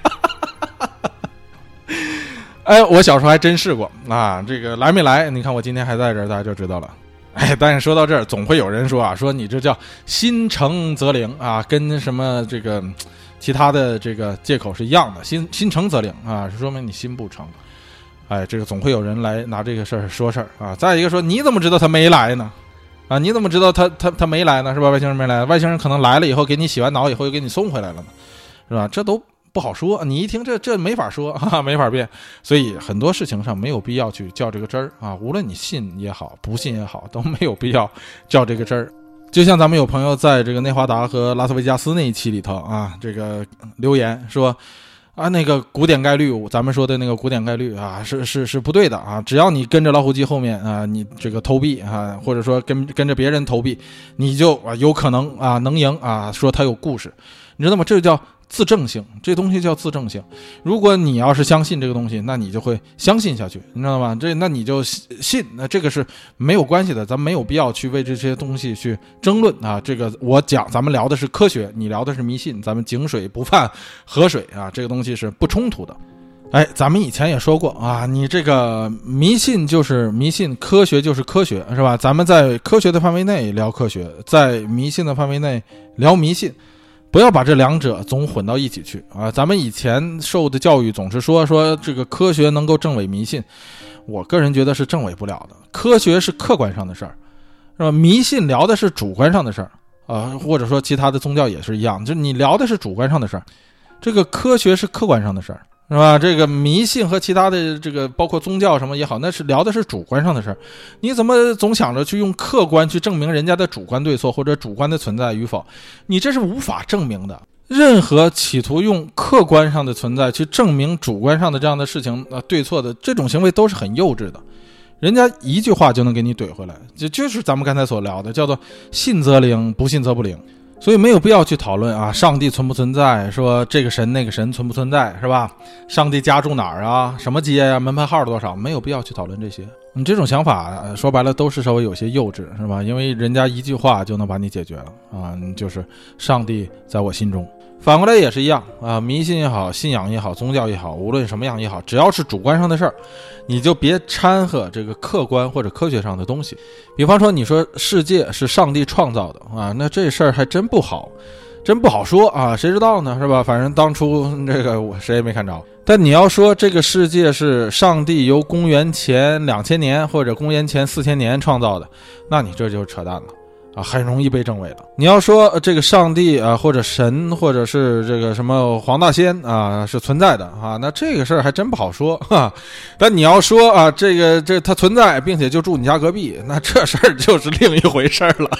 我小时候还真试过啊，这个来没来？你看我今天还在这儿，大家就知道了。但是说到这儿，总会有人说说你这叫心诚则灵啊，跟什么这个其他的这个借口是一样的，心诚则灵啊，是说明你心不诚。这个总会有人来拿这个事儿说事儿啊。再一个说，你怎么知道他没来呢？你怎么知道他没来呢？是吧？外星人没来，外星人可能来了以后给你洗完脑以后又给你送回来了呢，是吧？这都不好说，你一听这没法说没法辩，所以很多事情上没有必要去较这个真儿啊，无论你信也好，不信也好，都没有必要较这个真儿。就像咱们有朋友在这个内华达和拉斯维加斯那一期里头啊，这个留言说那个古典概率，咱们说的那个古典概率啊，是不对的啊，只要你跟着老虎机后面啊，你这个投币啊，或者说跟着别人投币，你就有可能能赢啊，说他有故事，你知道吗？这就叫自证性，这东西叫自证性。如果你要是相信这个东西，那你就会相信下去，你知道吗？那你就信，那这个是没有关系的，咱们没有必要去为这些东西去争论啊。这个咱们聊的是科学，你聊的是迷信，咱们井水不犯河水啊，这个东西是不冲突的。咱们以前也说过啊，你这个迷信就是迷信，科学就是科学，是吧？咱们在科学的范围内聊科学，在迷信的范围内聊迷信。不要把这两者总混到一起去啊！咱们以前受的教育总是说这个科学能够证伪迷信，我个人觉得是证伪不了的。科学是客观上的事儿，是吧？迷信聊的是主观上的事儿或者说其他的宗教也是一样，就你聊的是主观上的事儿，这个科学是客观上的事儿，是吧？这个迷信和其他的这个包括宗教什么也好，那是聊的是主观上的事儿。你怎么总想着去用客观去证明人家的主观对错或者主观的存在与否？你这是无法证明的。任何企图用客观上的存在去证明主观上的这样的事情对错的这种行为都是很幼稚的。人家一句话就能给你怼回来，就是咱们刚才所聊的，叫做信则灵，不信则不灵。所以没有必要去讨论上帝存不存在，说这个神那个神存不存在，是吧？上帝家住哪儿啊？什么街啊？门牌号多少？没有必要去讨论这些。你这种想法说白了都是稍微有些幼稚，是吧？因为人家一句话就能把你解决了就是上帝在我心中。反过来也是一样迷信也好，信仰也好，宗教也好，无论什么样也好，只要是主观上的事儿，你就别掺和这个客观或者科学上的东西。比方说你说世界是上帝创造的那这事儿还真不好说谁知道呢，是吧？反正当初这个谁也没看着。但你要说这个世界是上帝由公元前2000年或者公元前4000年创造的，那你这就是扯淡了很容易被证伪了。你要说这个上帝或者神或者是这个什么黄大仙是存在的那这个事儿还真不好说但你要说这它存在并且就住你家隔壁，那这事儿就是另一回事儿了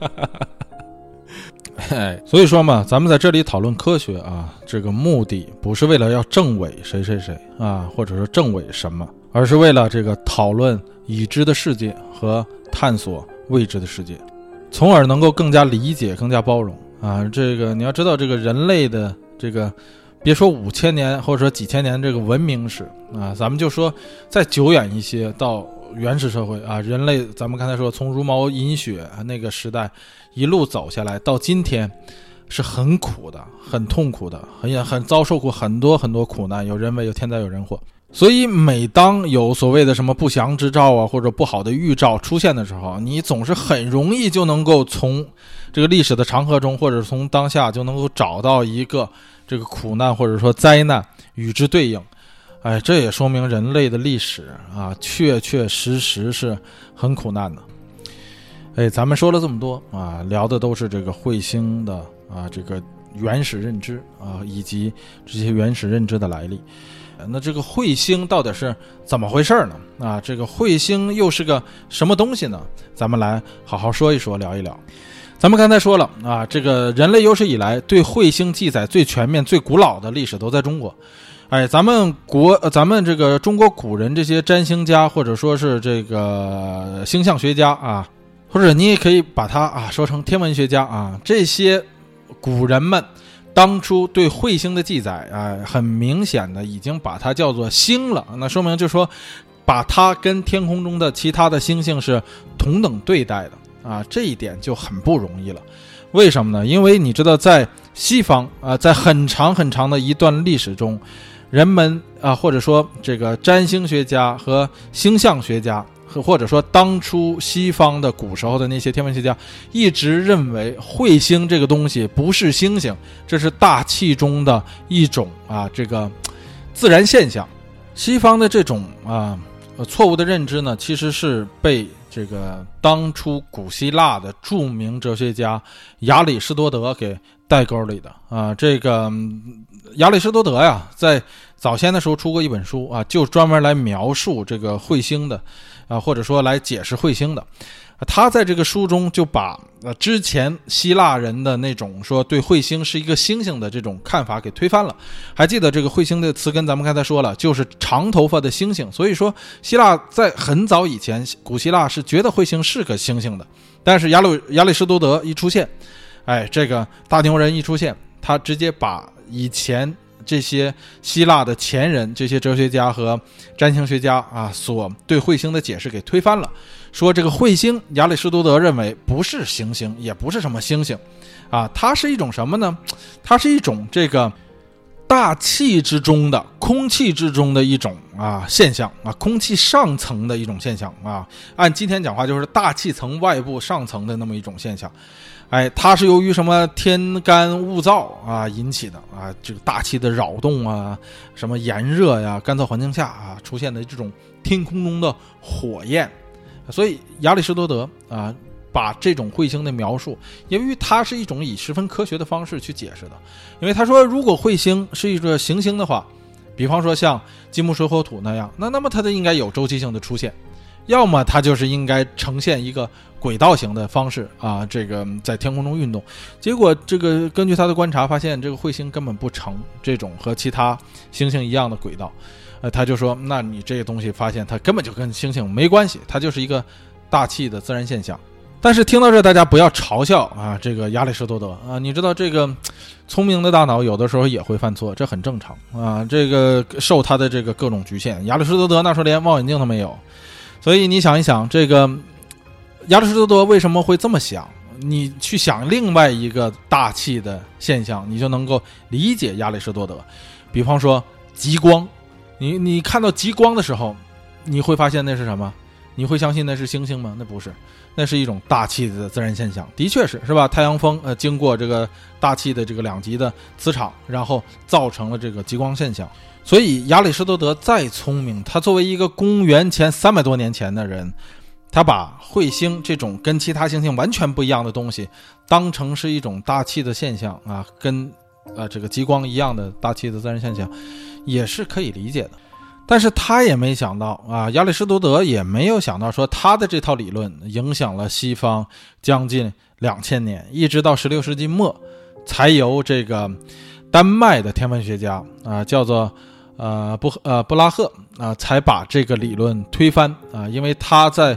所以说嘛，咱们在这里讨论科学这个目的不是为了要证伪谁或者说证伪什么，而是为了这个讨论已知的世界和探索未知的世界，从而能够更加理解、更加包容啊。这个你要知道，这个人类的这个，别说5000年或者说几千年这个文明史啊，咱们就说再久远一些，到原始社会啊，人类咱们刚才说从茹毛饮血那个时代一路走下来，到今天是很苦的、很痛苦的，很遭受过很多很多苦难，有人为，有天灾，有人祸。所以每当有所谓的什么不祥之兆啊，或者不好的预兆出现的时候，你总是很容易就能够从这个历史的长河中，或者从当下就能够找到一个这个苦难或者说灾难与之对应。哎，这也说明人类的历史啊，确确实实是很苦难的。哎，咱们说了这么多啊，聊的都是这个彗星的啊这个原始认知啊，以及这些原始认知的来历。那这个彗星到底是怎么回事呢？啊，这个彗星又是个什么东西呢？咱们来好好说一说，聊一聊。咱们刚才说了啊，这个人类有史以来对彗星记载最全面、最古老的历史都在中国。哎，咱们这个中国古人这些占星家，或者说是这个星象学家啊，或者你也可以把它啊说成天文学家啊，这些古人们当初对彗星的记载啊，很明显的已经把它叫做星了，那说明就是说把它跟天空中的其他的星星是同等对待的啊，这一点就很不容易了。为什么呢？因为你知道在西方啊，在很长很长的一段历史中，人们啊，或者说这个占星学家和星象学家，或者说当初西方的古时候的那些天文学家，一直认为彗星这个东西不是星星，这是大气中的一种啊这个自然现象。西方的这种错误的认知呢，其实是被这个当初古希腊的著名哲学家亚里士多德给带沟里的啊。这个亚里士多德呀，在早先的时候出过一本书啊，就专门来描述这个彗星的啊，或者说来解释彗星的。他在这个书中就把之前希腊人的那种说对彗星是一个星星的这种看法给推翻了。还记得这个彗星的词根咱们刚才说了，就是长头发的星星。所以说希腊在很早以前，古希腊是觉得彗星是个星星的。但是亚里士多德一出现，哎，这个大牛人一出现，他直接把以前这些希腊的前人，这些哲学家和占星学家啊，所对彗星的解释给推翻了。说这个彗星，亚里士多德认为不是行星，也不是什么星星啊，它是一种什么呢？它是一种这个大气之中的空气之中的一种现象啊，空气上层的一种现象啊，按今天讲话就是大气层外部上层的那么一种现象。哎，它是由于什么天干物燥啊引起的啊，这个大气的扰动啊，什么炎热呀、干燥环境下啊出现的这种天空中的火焰。所以亚里士多德啊，把这种彗星的描述，因为它是一种以十分科学的方式去解释的。因为他说，如果彗星是一个行星的话，比方说像金木水火土那样，那么它就应该有周期性的出现，要么它就是应该呈现一个轨道型的方式啊，这个在天空中运动。结果这个根据他的观察发现，这个彗星根本不成这种和其他星星一样的轨道。他就说，那你这个东西发现它根本就跟星星没关系，它就是一个大气的自然现象。但是听到这，大家不要嘲笑啊，这个亚里士多德啊，你知道这个聪明的大脑有的时候也会犯错，这很正常啊，这个受他的这个各种局限。亚里士多德那时候连望远镜都没有，所以你想一想，这个亚里士多德为什么会这么想？你去想另外一个大气的现象，你就能够理解亚里士多德。比方说极光，你看到极光的时候，你会发现那是什么？你会相信那是星星吗？那不是，那是一种大气的自然现象。的确是吧？太阳风经过这个大气的这个两极的磁场，然后造成了这个极光现象。所以亚里士多德再聪明，他作为一个公元前300多年前的人，他把彗星这种跟其他星星完全不一样的东西当成是一种大气的现象啊，跟这个极光一样的大气的自然现象，也是可以理解的。但是他也没想到啊，亚里士多德也没有想到说他的这套理论影响了西方将近2000年，一直到16世纪末才由这个丹麦的天文学家啊，叫做布拉赫啊，才把这个理论推翻啊，因为他在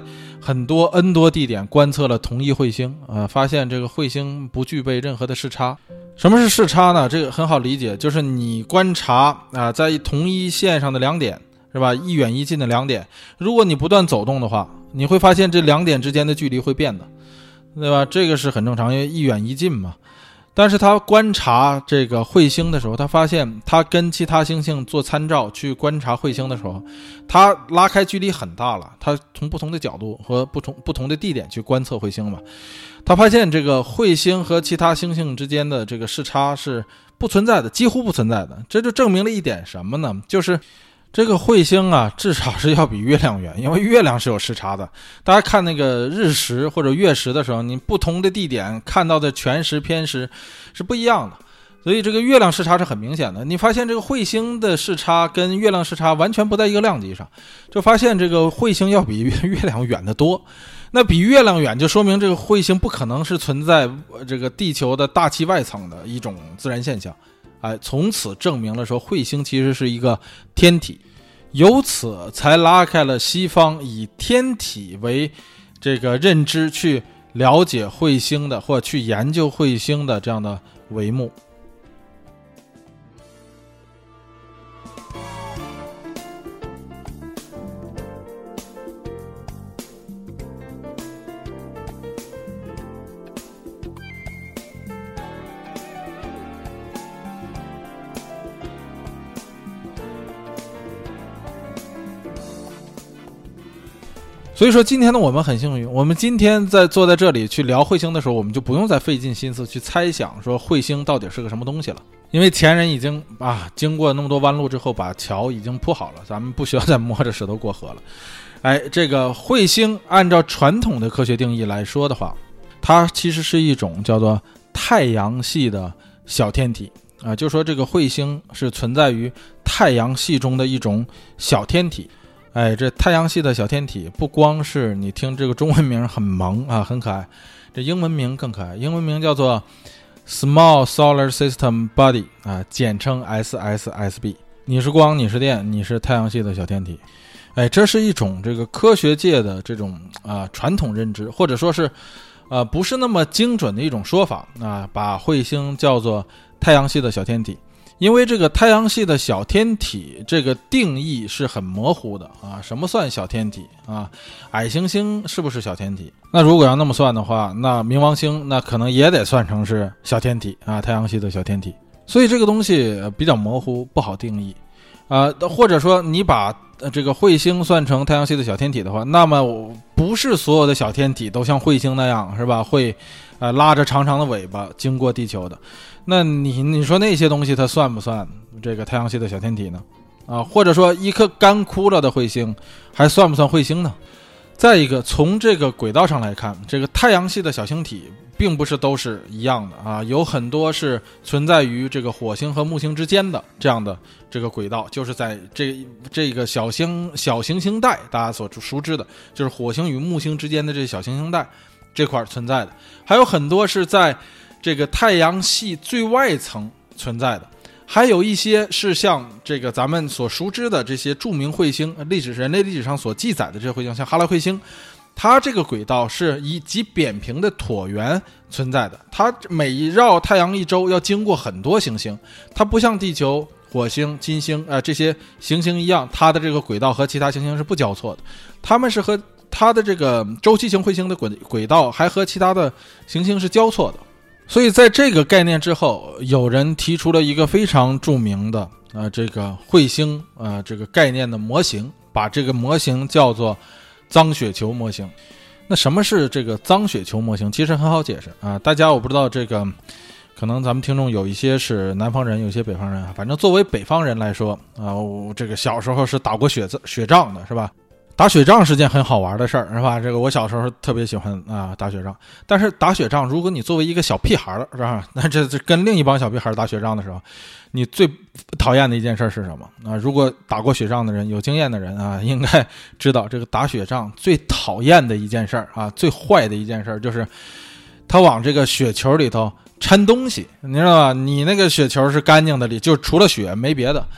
很多 N 多地点观测了同一彗星发现这个彗星不具备任何的视差。什么是视差呢？这个很好理解，就是你观察在同一线上的两点，是吧？一远一近的两点，如果你不断走动的话，你会发现这两点之间的距离会变的，对吧？这个是很正常，因为一远一近嘛。但是他观察这个彗星的时候，他发现他跟其他星星做参照去观察彗星的时候，他拉开距离很大了，他从不同的角度和不同的地点去观测彗星嘛，他发现这个彗星和其他星星之间的这个视差是不存在的，几乎不存在的。这就证明了一点什么呢？就是这个彗星至少是要比月亮远，因为月亮是有视差的。大家看那个日食或者月食的时候，你不同的地点看到的全食偏食是不一样的，所以这个月亮视差是很明显的。你发现这个彗星的视差跟月亮视差完全不在一个量级上，就发现这个彗星要比月亮远得多。那比月亮远就说明这个彗星不可能是存在这个地球的大气外层的一种自然现象。从此证明了说彗星其实是一个天体，由此才拉开了西方以天体为这个认知去了解彗星的或去研究彗星的这样的帷幕。所以说今天呢，我们很幸运，我们今天坐在这里去聊彗星的时候，我们就不用再费尽心思去猜想说彗星到底是个什么东西了，因为前人已经经过那么多弯路之后，把桥已经铺好了，咱们不需要再摸着石头过河了。这个彗星按照传统的科学定义来说的话，它其实是一种叫做太阳系的小天体就说这个彗星是存在于太阳系中的一种小天体。这太阳系的小天体不光是你听这个中文名很萌很可爱，这英文名更可爱，英文名叫做 Small Solar System Body 简称 SSSB。 你是光，你是电，你是太阳系的小天体。这是一种这个科学界的这种传统认知，或者说是不是那么精准的一种说法把彗星叫做太阳系的小天体。因为这个太阳系的小天体这个定义是很模糊的什么算小天体矮行星是不是小天体？那如果要那么算的话，那冥王星那可能也得算成是小天体太阳系的小天体。所以这个东西比较模糊，不好定义或者说你把这个彗星算成太阳系的小天体的话，那么不是所有的小天体都像彗星那样是吧，会拉着长长的尾巴经过地球的。那你说那些东西它算不算这个太阳系的小天体呢？或者说一颗干枯了的彗星还算不算彗星呢？再一个，从这个轨道上来看，这个太阳系的小星体并不是都是一样的有很多是存在于这个火星和木星之间的这样的这个轨道，就是在这个小行星带，大家所熟知的就是火星与木星之间的这小行星带这块存在的，还有很多是在这个太阳系最外层存在的，还有一些是像这个咱们所熟知的这些著名彗星，人类历史上所记载的这些彗星，像哈拉彗星，它这个轨道是以极扁平的椭圆存在的，它每绕太阳一周要经过很多行星，它不像地球、火星、金星这些行星一样，它的这个轨道和其他行星是不交错的，它们是和它的这个周期性彗星的轨道还和其他的行星是交错的。所以在这个概念之后，有人提出了一个非常著名的这个彗星这个概念的模型，把这个模型叫做脏雪球模型。那什么是这个脏雪球模型？其实很好解释大家我不知道这个可能咱们听众有一些是南方人，有一些北方人反正作为北方人来说我这个小时候是打过雪仗的是吧？打雪仗是件很好玩的事儿是吧？这个我小时候特别喜欢打雪仗。但是打雪仗，如果你作为一个小屁孩是吧，那这跟另一帮小屁孩打雪仗的时候，你最讨厌的一件事是什么如果打过雪仗的人，有经验的人应该知道这个打雪仗最讨厌的一件事最坏的一件事就是他往这个雪球里头掺东西，你知道吧？你那个雪球是干净的，里就除了雪没别的。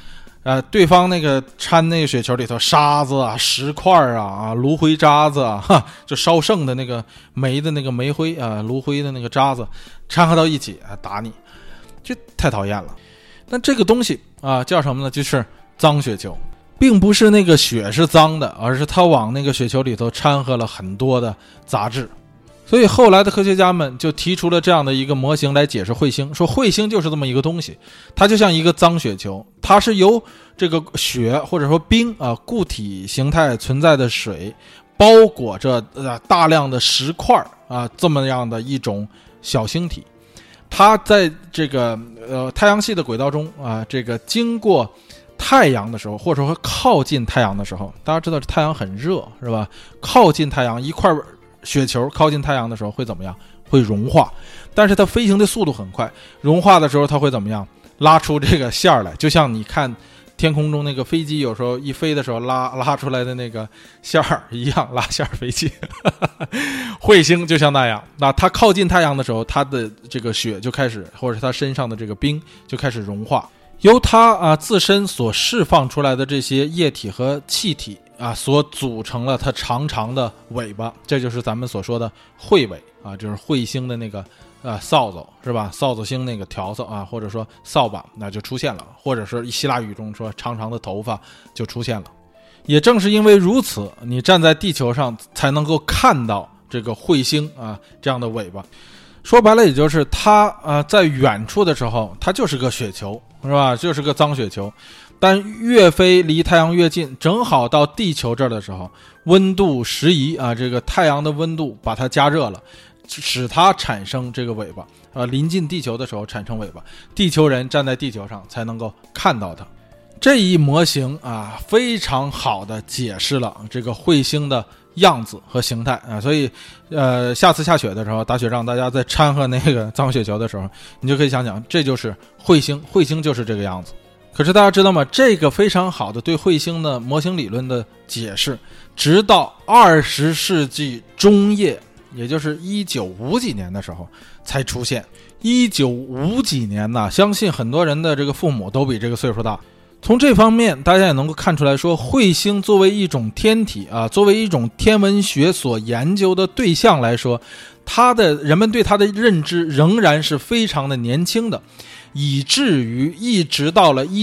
对方那个掺那个雪球里头沙子啊、石块啊、炉灰渣子啊，就烧剩的那个煤的那个煤灰啊、炉灰的那个渣子掺和到一起打你，这太讨厌了。那这个东西叫什么呢？就是脏雪球，并不是那个雪是脏的，而是它往那个雪球里头掺和了很多的杂质。所以后来的科学家们就提出了这样的一个模型来解释彗星，说彗星就是这么一个东西，它就像一个脏雪球，它是由这个雪或者说冰固体形态存在的水包裹着大量的石块这么样的一种小星体。它在这个太阳系的轨道中这个经过太阳的时候，或者说靠近太阳的时候，大家知道太阳很热是吧？靠近太阳，一块雪球靠近太阳的时候会怎么样？会融化，但是它飞行的速度很快，融化的时候它会怎么样？拉出这个线来，就像你看天空中那个飞机有时候一飞的时候拉出来的那个线儿一样，拉线飞机。彗星就像那样，那它靠近太阳的时候，它的这个雪就开始，或者是它身上的这个冰就开始融化，由它自身所释放出来的这些液体和气体所组成了它长长的尾巴，这就是咱们所说的彗尾就是彗星的那个扫帚是吧？扫帚星那个条子或者说扫把那就出现了，或者是希腊语中说长长的头发就出现了。也正是因为如此，你站在地球上才能够看到这个彗星这样的尾巴。说白了，也就是它在远处的时候，它就是个雪球是吧？就是个脏雪球。但越飞离太阳越近，正好到地球这儿的时候，温度适宜这个太阳的温度把它加热了，使它产生这个尾巴临近地球的时候产生尾巴，地球人站在地球上才能够看到它。这一模型非常好的解释了这个彗星的样子和形态所以下次下雪的时候，打雪仗大家在掺和那个脏雪球的时候，你就可以想想，这就是彗星，彗星就是这个样子。可是大家知道吗？这个非常好的对彗星的模型理论的解释，直到20世纪中叶，也就是1950几年的时候才出现。1950几年呢，相信很多人的这个父母都比这个岁数大。从这方面大家也能够看出来说，彗星作为一种天体作为一种天文学所研究的对象来说，人们对它的认知仍然是非常的年轻的，以至于一直到了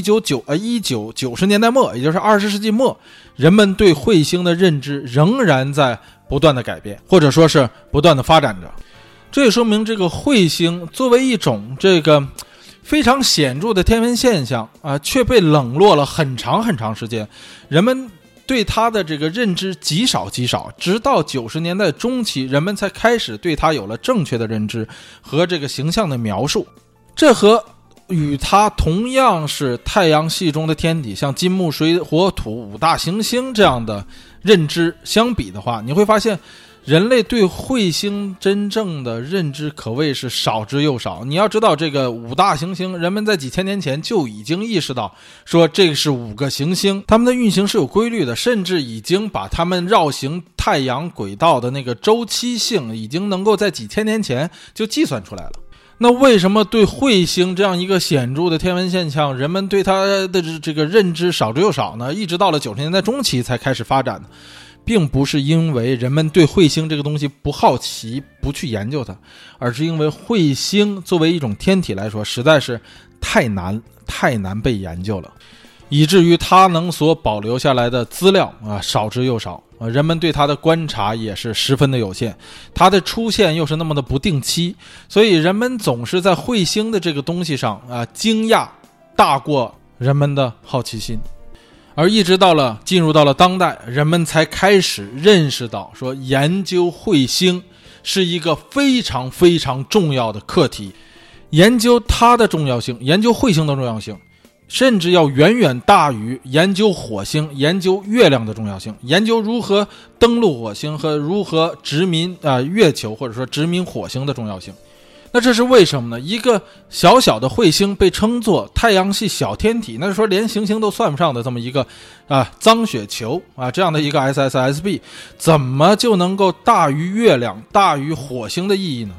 1990年代末，也就是20世纪末，人们对彗星的认知仍然在不断的改变，或者说是不断的发展着。这也说明这个彗星作为一种这个非常显著的天文现象却被冷落了很长很长时间，人们对它的这个认知极少，直到90年代中期，人们才开始对它有了正确的认知和这个形象的描述。这和与它同样是太阳系中的天体，像金木水火土5大行星这样的认知相比的话，你会发现人类对彗星真正的认知可谓是少之又少。你要知道，这个5大行星，人们在几千年前就已经意识到说这是5个行星，它们的运行是有规律的，甚至已经把它们绕行太阳轨道的那个周期性已经能够在几千年前就计算出来了。那为什么对彗星这样一个显著的天文现象，人们对它的这个认知少之又少呢？一直到了90年代中期才开始发展的，并不是因为人们对彗星这个东西不好奇，不去研究它，而是因为彗星作为一种天体来说，实在是太难被研究了，以至于它能所保留下来的资料少之又少人们对它的观察也是十分的有限，它的出现又是那么的不定期，所以人们总是在彗星的这个东西上惊讶大过人们的好奇心。而一直进入到了当代，人们才开始认识到说，研究彗星是一个非常非常重要的课题，研究它的重要性，研究彗星的重要性，甚至要远远大于研究火星、研究月亮的重要性，研究如何登陆火星和如何殖民月球，或者说殖民火星的重要性。那这是为什么呢？一个小小的彗星被称作太阳系小天体，那就说连行星都算不上的这么一个脏雪球这样的一个 SSSB， 怎么就能够大于月亮、大于火星的意义呢？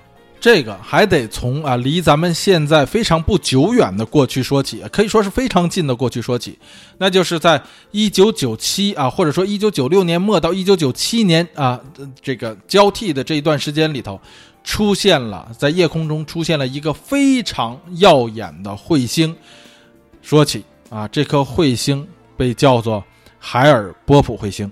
这个还得从离咱们现在非常不久远的过去说起，可以说是非常近的过去说起，那就是在1997或者说1996年末到1997年这个交替的这一段时间里头，在夜空中出现了一个非常耀眼的彗星。说起这颗彗星被叫做海尔波普彗星。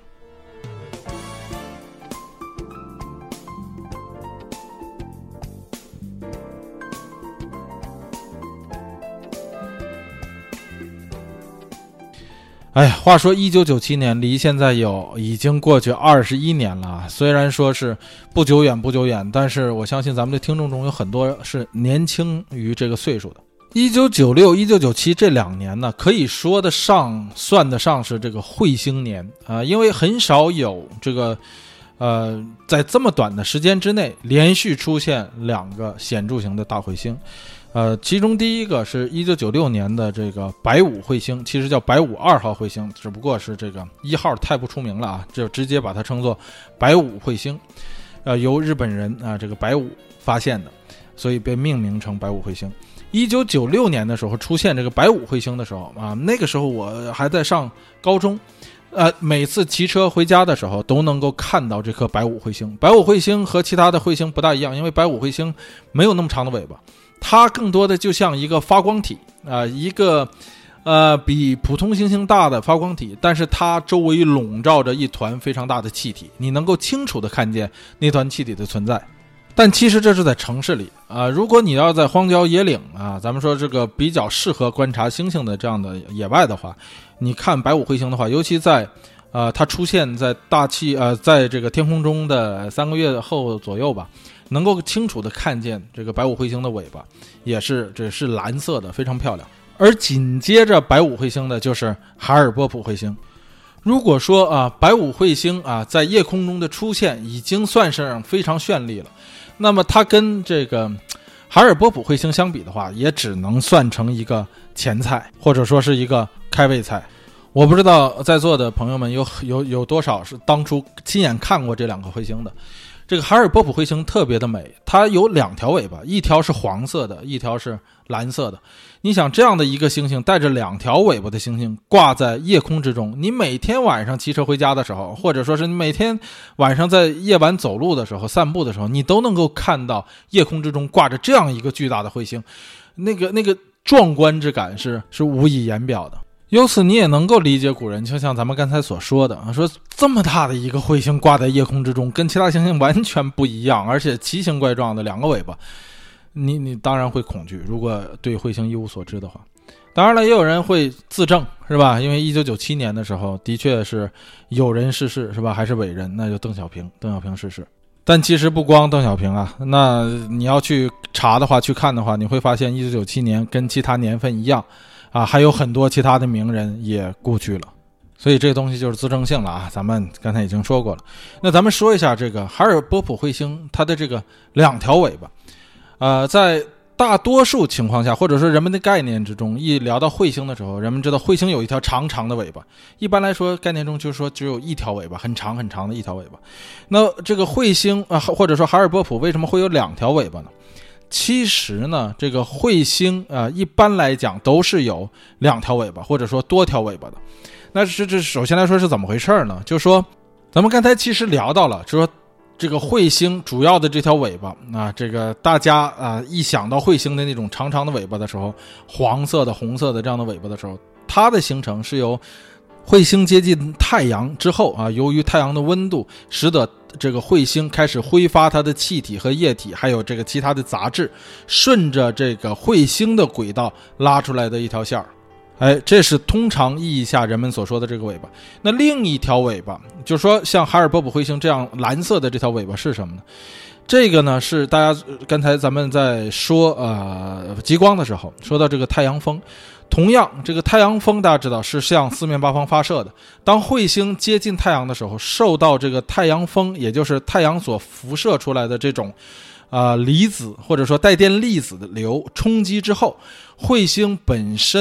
话说1997年离现在已经过去21年了，虽然说是不久远，但是我相信咱们的听众中有很多是年轻于这个岁数的。1996、1997这2年呢，可以算得上是这个彗星年因为很少有这个在这么短的时间之内连续出现2个显著型的大彗星。其中第一个是1996年的这个白五彗星，其实叫白五2号彗星，只不过是这个1号太不出名了就直接把它称作白五彗星。由日本人这个白五发现的，所以被命名成白五彗星。1996年的时候出现这个白五彗星的时候那个时候我还在上高中，每次骑车回家的时候都能够看到这颗白五彗星。白五彗星和其他的彗星不大一样，因为白五彗星没有那么长的尾巴，它更多的就像一个发光体一个比普通星星大的发光体，但是它周围笼罩着一团非常大的气体，你能够清楚地看见那团气体的存在。但其实这是在城市里如果你要在荒郊野岭咱们说这个比较适合观察星星的这样的野外的话，你看白五彗星的话，尤其在它出现在在这个天空中的3个月后左右吧，能够清楚地看见这个白五彗星的尾巴，这是蓝色的，非常漂亮。而紧接着白五彗星的就是海尔波普彗星。如果说白五彗星在夜空中的出现已经算是非常绚丽了，那么它跟这个海尔波普彗星相比的话，也只能算成一个前菜，或者说是一个开胃菜。我不知道在座的朋友们有多少是当初亲眼看过这2个彗星的。这个海尔波普彗星特别的美，它有2条尾巴，一条是黄色的，一条是蓝色的。你想这样的一个星星带着2条尾巴的星星挂在夜空之中，你每天晚上骑车回家的时候，或者说是你每天晚上在夜晚走路的时候散步的时候，你都能够看到夜空之中挂着这样一个巨大的彗星，那个壮观之感是无以言表的。由此你也能够理解古人就像咱们刚才所说的说这么大的一个彗星挂在夜空之中，跟其他星星完全不一样，而且奇形怪状的2个尾巴，你当然会恐惧，如果对彗星一无所知的话。当然了，也有人会自证是吧，因为1997年的时候的确是有人逝世是吧，还是伟人，那就邓小平逝世。但其实不光邓小平那你要去查的话去看的话，你会发现1997年跟其他年份一样还有很多其他的名人也故去了，所以这个东西就是自证性了咱们刚才已经说过了。那咱们说一下这个海尔波普彗星它的这个2条尾巴在大多数情况下，或者说人们的概念之中，一聊到彗星的时候，人们知道彗星有一条长长的尾巴，一般来说概念中就是说只有1条尾巴，很长很长的1条尾巴。那这个彗星或者说海尔波普为什么会有2条尾巴呢？其实呢，这个彗星一般来讲都是有2条尾巴或者说多条尾巴的。那这首先来说是怎么回事呢？就是说咱们刚才其实聊到了，就是说这个彗星主要的这条尾巴这个大家一想到彗星的那种长长的尾巴的时候，黄色的红色的这样的尾巴的时候，它的形成是由彗星接近太阳之后由于太阳的温度使得这个彗星开始挥发它的气体和液体还有这个其他的杂质，顺着这个彗星的轨道拉出来的一条线儿。这是通常意义下人们所说的这个尾巴。那另一条尾巴就是说像海尔波普彗星这样蓝色的这条尾巴是什么呢？这个呢是大家刚才咱们在说极光的时候说到这个太阳风，同样这个太阳风大家知道是向四面八方发射的，当彗星接近太阳的时候，受到这个太阳风也就是太阳所辐射出来的这种离子或者说带电粒子的流冲击之后，彗星本身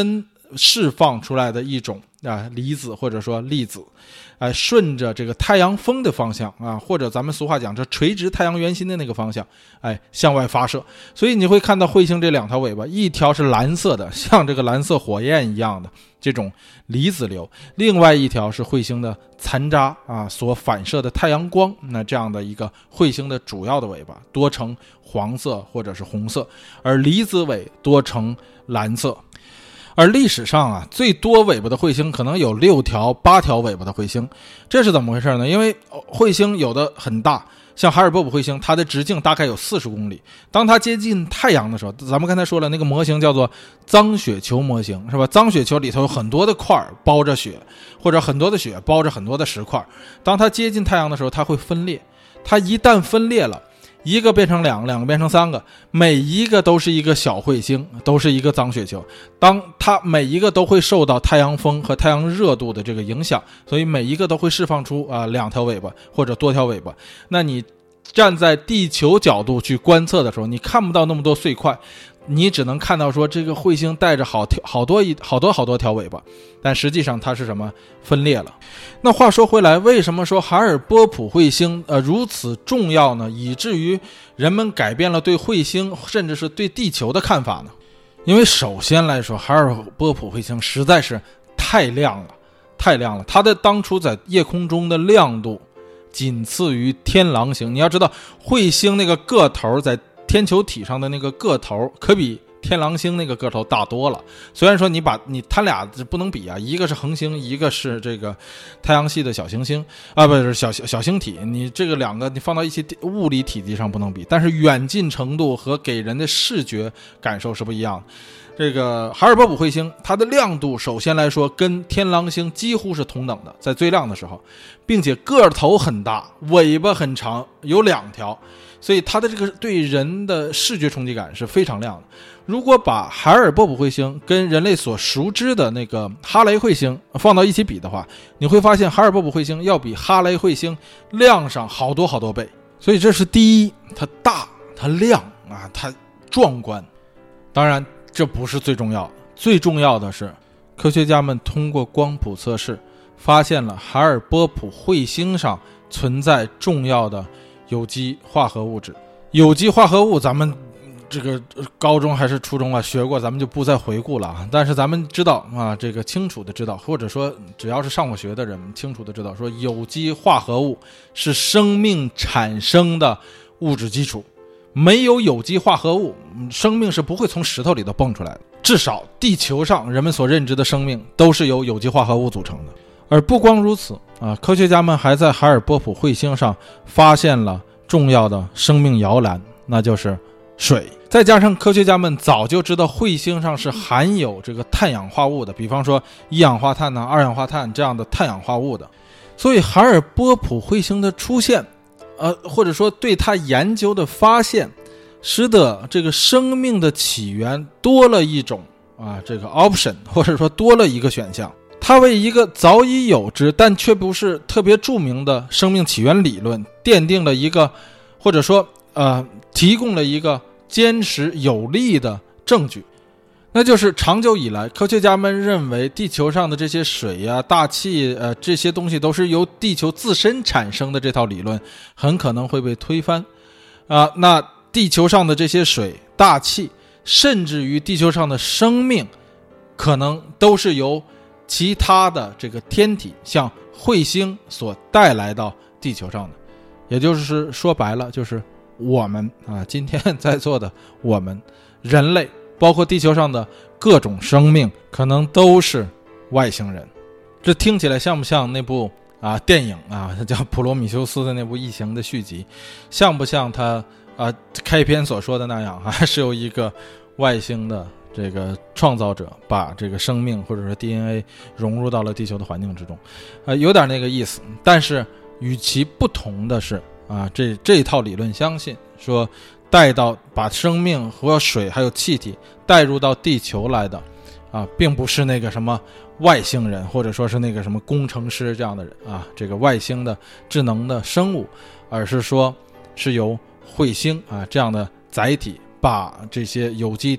释放出来的一种离子或者说粒子，顺着这个太阳风的方向或者咱们俗话讲这垂直太阳圆心的那个方向向外发射。所以你会看到彗星这2条尾巴，一条是蓝色的，像这个蓝色火焰一样的这种离子流，另外一条是彗星的残渣所反射的太阳光。那这样的一个彗星的主要的尾巴多呈黄色或者是红色，而离子尾多呈蓝色。而历史上最多尾巴的彗星可能有6条、8条尾巴的彗星，这是怎么回事呢？因为彗星有的很大，像海尔波普彗星，它的直径大概有40公里。当它接近太阳的时候，咱们刚才说了，那个模型叫做脏雪球模型，是吧？脏雪球里头有很多的块包着雪，或者很多的雪包着很多的石块。当它接近太阳的时候，它会分裂。它一旦分裂了，一个变成2个，2个变成3个，每一个都是一个小彗星，都是一个脏雪球。当它每一个都会受到太阳风和太阳热度的这个影响，所以每一个都会释放出2条尾巴或者多条尾巴。那你站在地球角度去观测的时候，你看不到那么多碎块，你只能看到说这个彗星带着好多条尾巴，但实际上它是什么？分裂了。那话说回来，为什么说海尔波普彗星如此重要呢？以至于人们改变了对彗星甚至是对地球的看法呢？因为首先来说，海尔波普彗星实在是太亮了，它的当初在夜空中的亮度仅次于天狼星。你要知道，彗星那个个头在天球体上的那个个头可比天狼星那个个头大多了。虽然说它俩不能比一个是恒星，一个是这个太阳系的小行星不是小星体，你这个2个你放到一起，物理体积上不能比，但是远近程度和给人的视觉感受是不一样的。这个海尔波普彗星它的亮度首先来说跟天狼星几乎是同等的，在最亮的时候，并且个头很大，尾巴很长，有2条，所以它的这个对人的视觉冲击感是非常亮的。如果把海尔波普彗星跟人类所熟知的那个哈雷彗星放到一起比的话，你会发现海尔波普彗星要比哈雷彗星亮上好多倍。所以这是第一，它大，它亮它壮观。当然这不是最重要的，最重要的是科学家们通过光谱测试发现了海尔波普彗星上存在重要的有机化合物质。有机化合物咱们这个高中还是初中学过，咱们就不再回顾了。但是咱们知道这个清楚的知道，或者说只要是上过学的人清楚的知道，说有机化合物是生命产生的物质基础。没有有机化合物，生命是不会从石头里头蹦出来的。至少地球上人们所认知的生命都是由有机化合物组成的。而不光如此科学家们还在海尔波普彗星上发现了重要的生命摇篮，那就是水。再加上科学家们早就知道彗星上是含有这个碳氧化物的，比方说一氧化碳二氧化碳这样的碳氧化物的，所以海尔波普彗星的出现或者说对它研究的发现，使得这个生命的起源多了一种这个 option， 或者说多了一个选项。它为一个早已有之但却不是特别著名的生命起源理论奠定了一个，或者说提供了一个坚实有力的证据。那就是长久以来科学家们认为地球上的这些水大气这些东西都是由地球自身产生的这套理论很可能会被推翻那地球上的这些水、大气，甚至于地球上的生命，可能都是由其他的这个天体像彗星所带来到地球上的。也就是说白了，就是我们今天在座的我们人类，包括地球上的各种生命，可能都是外星人。这听起来像不像那部电影叫普罗米修斯的那部异形的续集？像不像他开篇所说的那样还是有一个外星的这个创造者把这个生命或者说 DNA 融入到了地球的环境之中有点那个意思。但是与其不同的是这一套理论相信说把生命和水还有气体带入到地球来的并不是那个什么外星人，或者说是那个什么工程师这样的人这个外星的智能的生物，而是说是由彗星这样的载体把这些有机体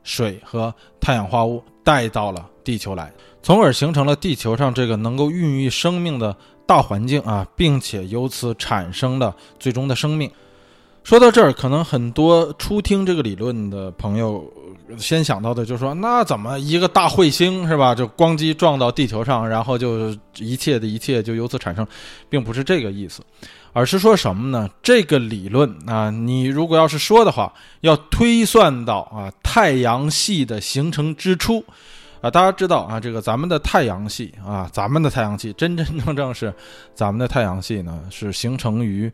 水和碳氧化物带到了地球来，从而形成了地球上这个能够孕育生命的大环境啊，并且由此产生了最终的生命。说到这儿，可能很多初听这个理论的朋友先想到的就是说，那怎么一个大彗星是吧，就咣叽撞到地球上，然后就一切就由此产生，并不是这个意思，而是说什么呢？这个理论啊，你如果要是说的话，要推算到啊太阳系的形成之初啊。大家知道啊，这个咱们的太阳系真正是咱们的太阳系呢，是形成于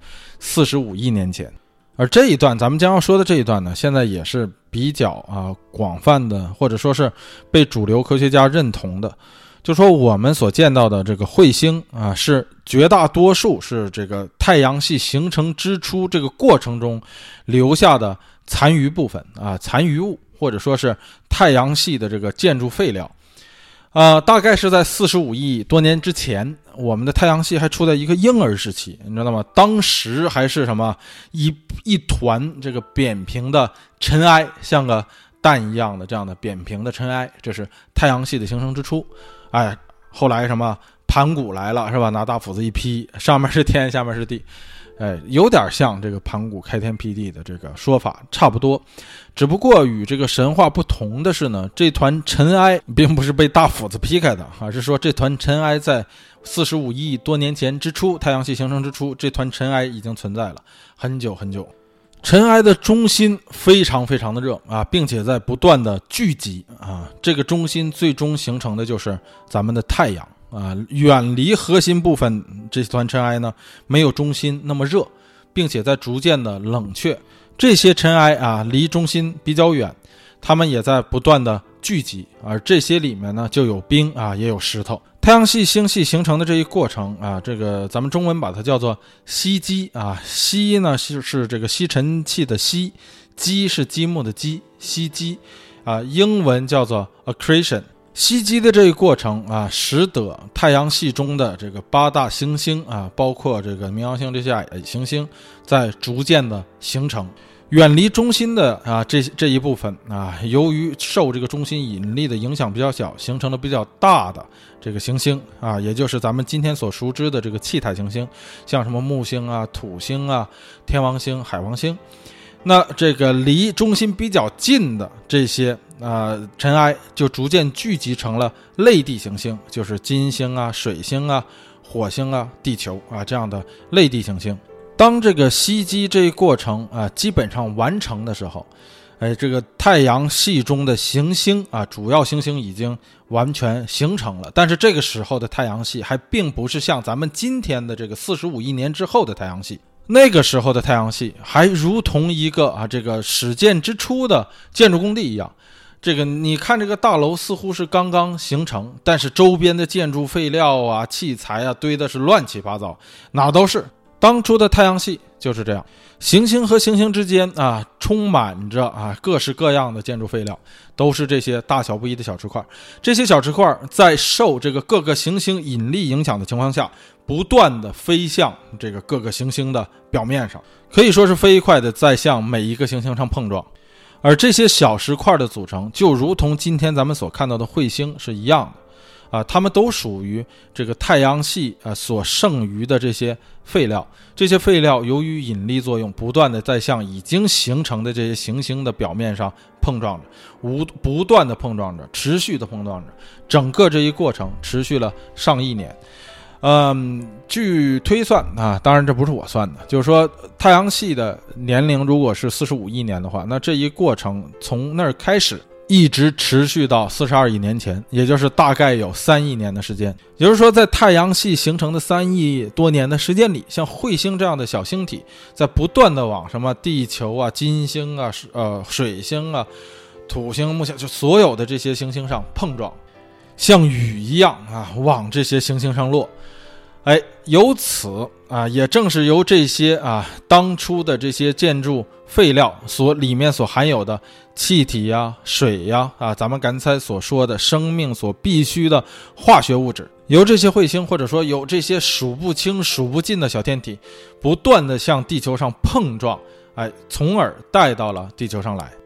45亿年前。而这一段咱们将要说的这一段呢，现在也是比较广泛的，或者说是被主流科学家认同的，就说我们所见到的这个彗星啊，是绝大多数是这个太阳系形成之初这个过程中留下的残余部分啊，残余物，或者说是太阳系的这个建筑废料。大概是在45亿多年之前，我们的太阳系还处在一个婴儿时期，你知道吗？当时还是什么一团这个扁平的尘埃，像个蛋一样的这样的扁平的尘埃，这是太阳系的形成之初。后来什么盘古来了是吧？拿大斧子一劈，上面是天，下面是地。有点像这个盘古开天辟地的这个说法差不多，只不过与这个神话不同的是呢，这团尘埃并不是被大斧子劈开的，而是说这团尘埃在45亿多年前之初，太阳系形成之初，这团尘埃已经存在了很久很久。尘埃的中心非常非常的热啊，并且在不断的聚集啊，这个中心最终形成的就是咱们的太阳。远离核心部分这团尘埃呢，没有中心那么热，并且在逐渐的冷却。这些尘埃啊，离中心比较远，它们也在不断的聚集，而这些里面呢，就有冰啊，也有石头。太阳系星系形成的这一过程啊，这个咱们中文把它叫做吸积啊，吸呢是这个吸尘器的吸，积是积木的积，吸积啊，英文叫做 accretion。吸积的这一过程啊，使得太阳系中的这个8大行星啊，包括这个冥王星这些矮行星，在逐渐的形成。远离中心的这一部分啊，由于受这个中心引力的影响比较小，形成了比较大的这个行星啊，也就是咱们今天所熟知的这个气态行星，像什么木星啊、土星啊、天王星、海王星。那这个离中心比较近的这些尘埃就逐渐聚集成了类地行星，就是金星啊、水星啊、火星啊、地球啊这样的类地行星。当这个吸积这一过程基本上完成的时候，这个太阳系中的行星啊，主要行星已经完全形成了。但是这个时候的太阳系还并不是像咱们今天的这个45亿年之后的太阳系。那个时候的太阳系还如同一个这个始建之初的建筑工地一样，这个你看这个大楼似乎是刚刚形成，但是周边的建筑废料啊、器材啊堆的是乱七八糟，哪都是。当初的太阳系就是这样，行星和行星之间充满着各式各样的建筑废料，都是这些大小不一的小石块。这些小石块在受这个各个行星引力影响的情况下，不断的飞向这个各个行星的表面上，可以说是飞快的在向每一个行星上碰撞。而这些小石块的组成就如同今天咱们所看到的彗星是一样的它们都属于这个太阳系所剩余的这些废料。这些废料由于引力作用，不断的在向已经形成的这些行星的表面上碰撞着，不断的碰撞着，持续的碰撞着，整个这一过程持续了上亿年。据推算当然这不是我算的，就是说太阳系的年龄如果是45亿年的话，那这一过程从那儿开始一直持续到42亿年前，也就是大概有3亿年的时间。也就是说在太阳系形成的3亿多年的时间里，像彗星这样的小星体在不断的往什么地球啊、金星啊、水星啊、土星、木星，就所有的这些行星上碰撞，像雨一样往这些行星上落。由此也正是由这些当初的这些建筑废料里面所含有的气体水咱们刚才所说的生命所必须的化学物质，由这些彗星或者说有这些数不清数不尽的小天体不断的向地球上碰撞，从而带到了地球上来。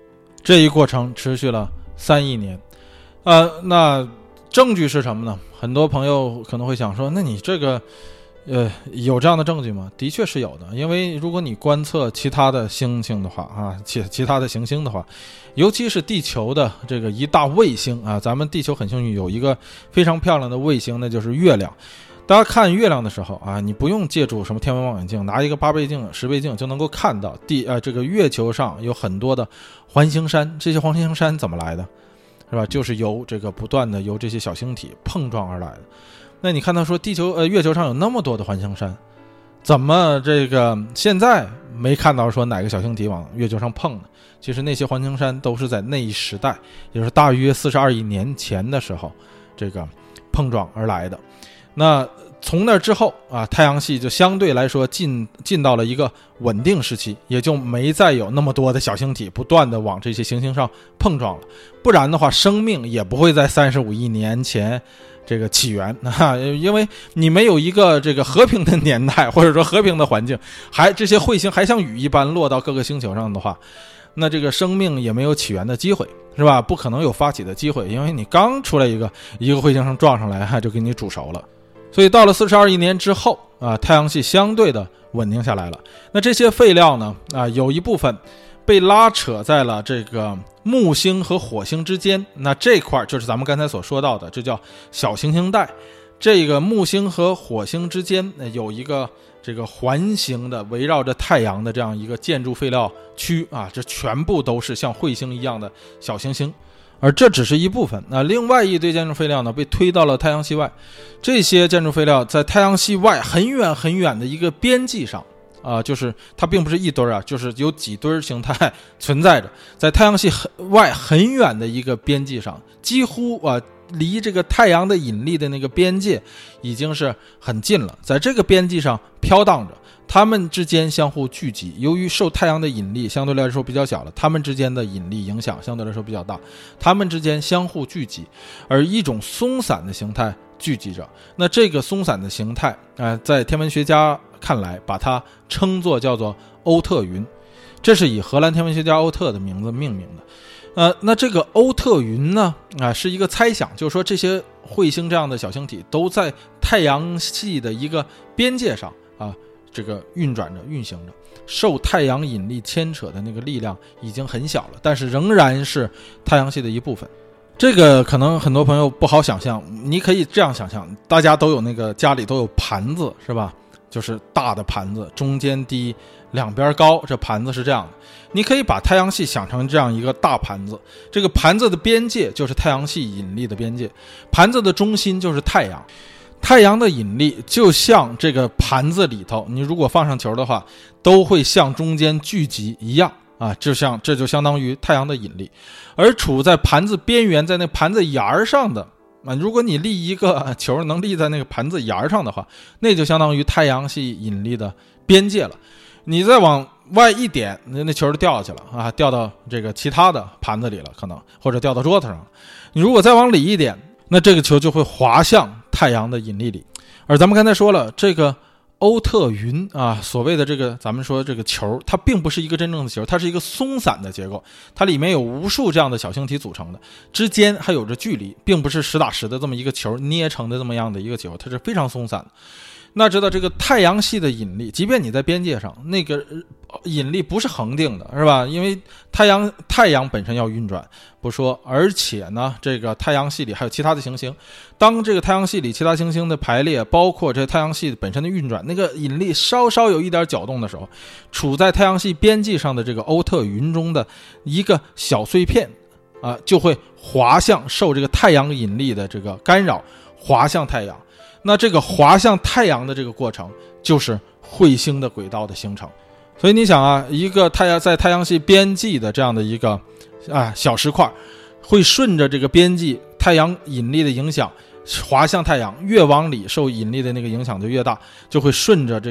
这一过程持续了3亿年。那证据是什么呢？很多朋友可能会想说，那你这个有这样的证据吗？的确是有的，因为如果你观测其他的星星的话啊，其他的行星的话，尤其是地球的这个一大卫星啊，咱们地球很幸运有一个非常漂亮的卫星，那就是月亮。大家看月亮的时候啊，你不用借助什么天文望远镜，拿一个8倍镜、10倍镜就能够看到这个月球上有很多的环形山。这些环形山怎么来的？是吧？就是由这个不断的由这些小星体碰撞而来的。那你看他说月球上有那么多的环形山，怎么这个现在没看到说哪个小星体往月球上碰呢？其实那些环形山都是在那一时代，也就是大约42亿年前的时候，这个碰撞而来的。那从那之后啊，太阳系就相对来说进到了一个稳定时期，也就没再有那么多的小星体不断的往这些行星上碰撞了。不然的话，生命也不会在35亿年前这个起源啊，因为你没有一个这个和平的年代，或者说和平的环境，这些彗星还像雨一般落到各个星球上的话，那这个生命也没有起源的机会，是吧？不可能有发起的机会，因为你刚出来一个彗星上撞上来，就给你煮熟了。所以到了42亿年之后啊，太阳系相对的稳定下来了。那这些废料呢有一部分被拉扯在了这个木星和火星之间，那这块就是咱们刚才所说到的，这叫小行星带。这个木星和火星之间有一个这个环形的围绕着太阳的这样一个建筑废料区啊，这全部都是像彗星一样的小行星。而这只是一部分，那另外一堆建筑废料呢被推到了太阳系外。这些建筑废料在太阳系外很远很远的一个边际上就是它并不是一堆啊，就是有几堆形态存在着，在太阳系外很远的一个边际上，几乎离这个太阳的引力的那个边界已经是很近了。在这个边际上飘荡着，它们之间相互聚集，由于受太阳的引力相对来说比较小了，它们之间的引力影响相对来说比较大，它们之间相互聚集，而一种松散的形态聚集着。那这个松散的形态在天文学家看来把它称作叫做欧特云，这是以荷兰天文学家欧特的名字命名的。那这个欧特云呢是一个猜想，就是说这些彗星这样的小星体都在太阳系的一个边界上这个运转着运行着，受太阳引力牵扯的那个力量已经很小了，但是仍然是太阳系的一部分。这个可能很多朋友不好想象，你可以这样想象，大家都有那个家里都有盘子是吧，就是大的盘子，中间低两边高，这盘子是这样的。你可以把太阳系想成这样一个大盘子，这个盘子的边界就是太阳系引力的边界，盘子的中心就是太阳。太阳的引力就像这个盘子里头，你如果放上球的话，都会向中间聚集一样这就相当于太阳的引力。而处在盘子边缘，在那盘子沿上的如果你立一个球能立在那个盘子沿上的话，那就相当于太阳系引力的边界了。你再往外一点，那球就掉下去了掉到这个其他的盘子里了，可能或者掉到桌子上了。你如果再往里一点，那这个球就会滑向太阳的引力里。而咱们刚才说了，这个欧特云所谓的这个咱们说这个球，它并不是一个真正的球，它是一个松散的结构，它里面有无数这样的小星体组成的，之间还有着距离，并不是实打实的这么一个球捏成的这么样的一个球，它是非常松散的。那知道这个太阳系的引力，即便你在边界上，那个引力不是恒定的，是吧？因为太阳本身要运转不说，而且呢，这个太阳系里还有其他的行星。当这个太阳系里其他行星的排列，包括这太阳系本身的运转，那个引力稍稍有一点搅动的时候，处在太阳系边际上的这个欧特云中的一个小碎片就会滑向受这个太阳引力的这个干扰，滑向太阳。那这个滑向太阳的这个过程就是彗星的轨道的形成。所以你想一个在太阳系边际的这样的一个小石块，会顺着这个边际太阳引力的影响滑向太阳，越往里受引力的那个影响就越大，就会顺着这个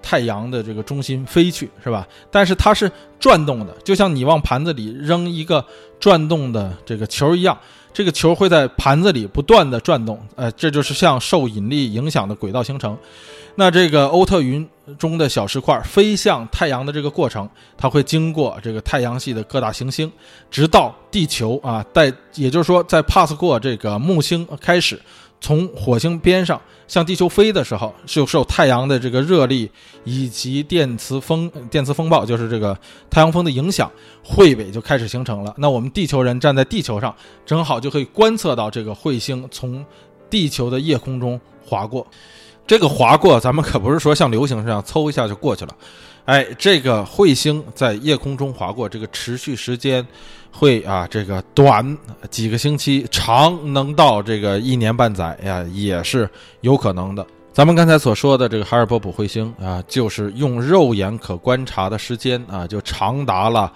太阳的这个中心飞去，是吧？但是它是转动的，就像你往盘子里扔一个转动的这个球一样，这个球会在盘子里不断的转动，这就是像受引力影响的轨道形成。那这个欧特云中的小石块飞向太阳的这个过程，它会经过这个太阳系的各大行星，直到地球啊，也就是说在 pass 过这个木星开始，从火星边上向地球飞的时候，是受太阳的这个热力以及电磁风暴，就是这个太阳风的影响，彗尾就开始形成了。那我们地球人站在地球上，正好就可以观测到这个彗星从地球的夜空中划过。这个划过咱们可不是说像流星这样嗖一下就过去了，这个彗星在夜空中划过，这个持续时间会这个短几个星期，长能到这个1年半载呀，也是有可能的。咱们刚才所说的这个哈尔波普彗星就是用肉眼可观察的时间就长达了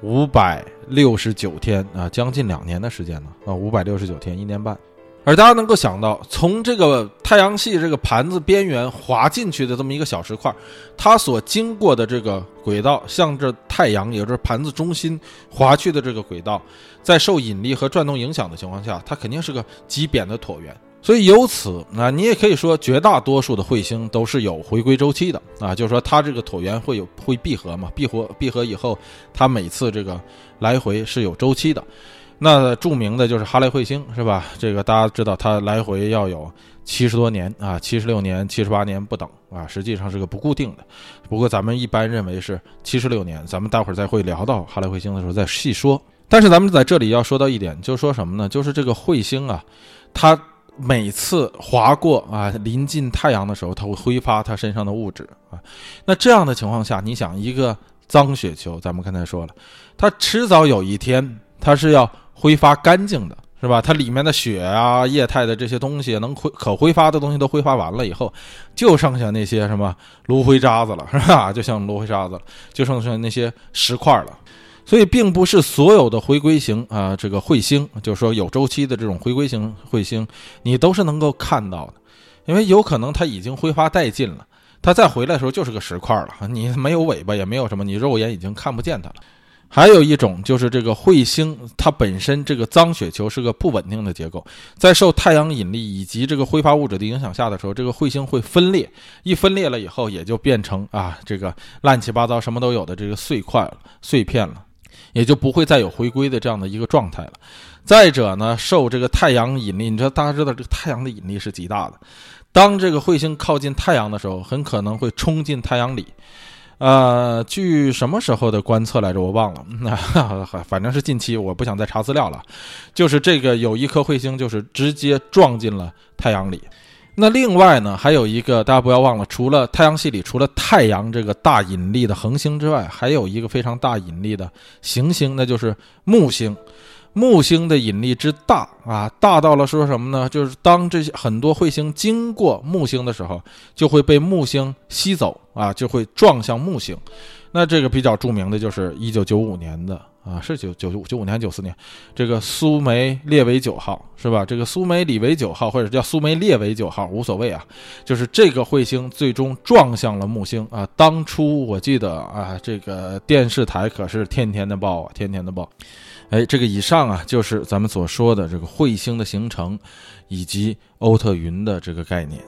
569天将近2年的时间呢569天1年半。而大家能够想到，从这个太阳系这个盘子边缘滑进去的这么一个小石块，它所经过的这个轨道，向着太阳，也就是盘子中心滑去的这个轨道，在受引力和转动影响的情况下，它肯定是个极扁的椭圆。所以由此你也可以说，绝大多数的彗星都是有回归周期的就是说它这个椭圆会闭合嘛，闭合以后，它每次这个来回是有周期的。那著名的就是哈雷彗星，是吧？这个大家知道，它来回要有70多年76年、78年不等实际上是个不固定的。不过咱们一般认为是76年，咱们待会儿再会聊到哈雷彗星的时候再细说。但是咱们在这里要说到一点，就是说什么呢？就是这个彗星它每次划过临近太阳的时候，它会挥发它身上的物质那这样的情况下，你想一个脏雪球，咱们刚才说了，它迟早有一天它是要挥发干净的，是吧？它里面的血液态的这些东西，可挥发的东西都挥发完了以后，就剩下那些什么炉灰渣子了，是吧？就像炉灰渣子了，就剩下那些石块了。所以并不是所有的回归型这个彗星，就是说有周期的这种回归型彗星，你都是能够看到的，因为有可能它已经挥发殆尽了，它再回来的时候就是个石块了，你没有尾巴也没有什么，你肉眼已经看不见它了。还有一种就是这个彗星，它本身这个脏雪球是个不稳定的结构，在受太阳引力以及这个挥发物质的影响下的时候，这个彗星会分裂，一分裂了以后也就变成这个乱七八糟什么都有的这个碎片了，也就不会再有回归的这样的一个状态了。再者呢，受这个太阳引力，你知道大家知道这个太阳的引力是极大的，当这个彗星靠近太阳的时候，很可能会冲进太阳里。据什么时候的观测来着我忘了，反正是近期，我不想再查资料了。就是这个有一颗彗星就是直接撞进了太阳里。那另外呢，还有一个大家不要忘了，除了太阳系里除了太阳这个大引力的恒星之外，还有一个非常大引力的行星，那就是木星。木星的引力之大大到了说什么呢？就是当这些很多彗星经过木星的时候，就会被木星吸走就会撞向木星。那这个比较著名的就是1995年的是95年还是94年，这个苏梅列维9号，是吧？这个苏梅里维9号或者叫苏梅列维9号无所谓就是这个彗星最终撞向了木星当初我记得这个电视台可是天天的报天天的报。这个以上就是咱们所说的这个彗星的形成以及欧特云的这个概念。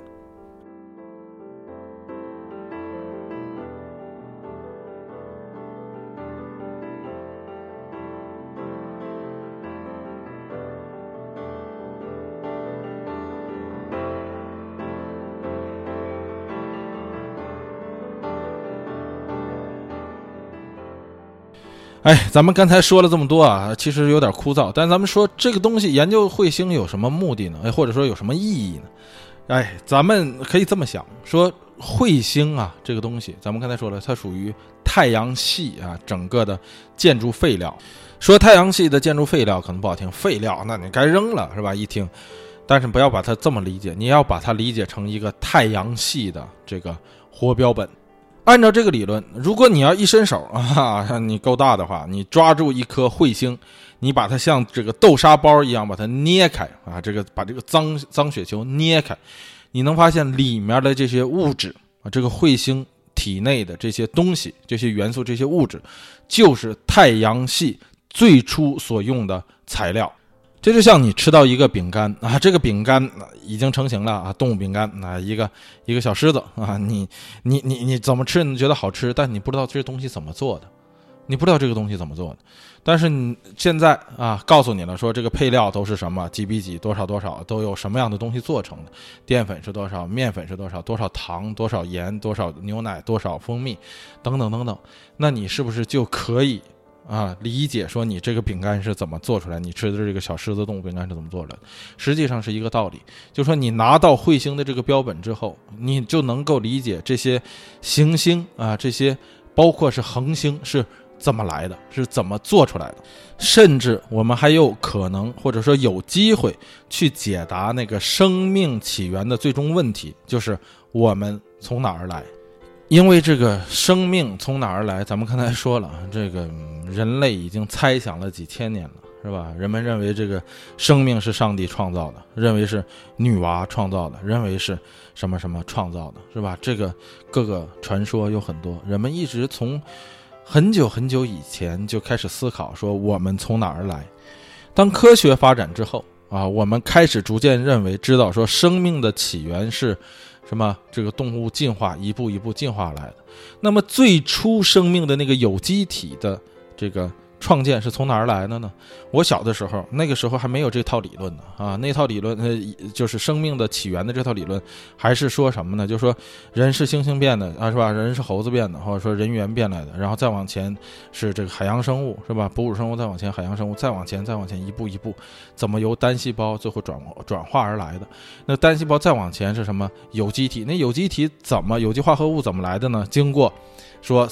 咱们刚才说了这么多其实有点枯燥，但咱们说这个东西研究彗星有什么目的呢？或者说有什么意义呢？咱们可以这么想，说彗星这个东西，咱们刚才说了，它属于太阳系整个的建筑废料。说太阳系的建筑废料可能不好听，废料那你该扔了，是吧？一听，但是不要把它这么理解，你要把它理解成一个太阳系的这个活标本。按照这个理论，如果你要一伸手你够大的话，你抓住一颗彗星，你把它像这个豆沙包一样把它捏开把这个脏雪球捏开，你能发现里面的这些物质这个彗星体内的这些东西、这些元素、这些物质，就是太阳系最初所用的材料。这就像你吃到一个饼干啊，这个饼干已经成型了啊，动物饼干啊，一个小狮子啊，你怎么吃你觉得好吃，但你不知道这东西怎么做的，你不知道这个东西怎么做的。但是你现在啊，告诉你了，说这个配料都是什么几比几多少多少，都有什么样的东西做成的，淀粉是多少，面粉是多少，多少糖，多少盐，多少牛奶，多少蜂蜜，等等等等，那你是不是就可以理解说你这个饼干是怎么做出来，你吃的这个小狮子动物饼干是怎么做出来的？实际上是一个道理，就是说你拿到彗星的这个标本之后，你就能够理解这些行星啊，这些包括是恒星是怎么来的，是怎么做出来的，甚至我们还有可能或者说有机会去解答那个生命起源的最终问题，就是我们从哪儿来。因为这个生命从哪儿来，咱们刚才说了，这个人类已经猜想了几千年了，是吧？人们认为这个生命是上帝创造的，认为是女娲创造的，认为是什么什么创造的，是吧？这个各个传说有很多，人们一直从很久很久以前就开始思考说我们从哪儿来。当科学发展之后我们开始逐渐知道说生命的起源是什么，这个动物进化一步一步进化来的。那么最初生命的那个有机体的这个创建是从哪儿来的呢？我小的时候，那个时候还没有这套理论呢那套理论就是生命的起源的这套理论，还是说什么呢？就是说人是猩猩变的是吧？人是猴子变的，或者说人猿变来的，然后再往前是这个海洋生物，是吧？哺乳生物，再往前海洋生物，再往前一步一步，怎么由单细胞最后转化而来的？那单细胞再往前是什么？有机体。那有机体有机化合物怎么来的呢？经过说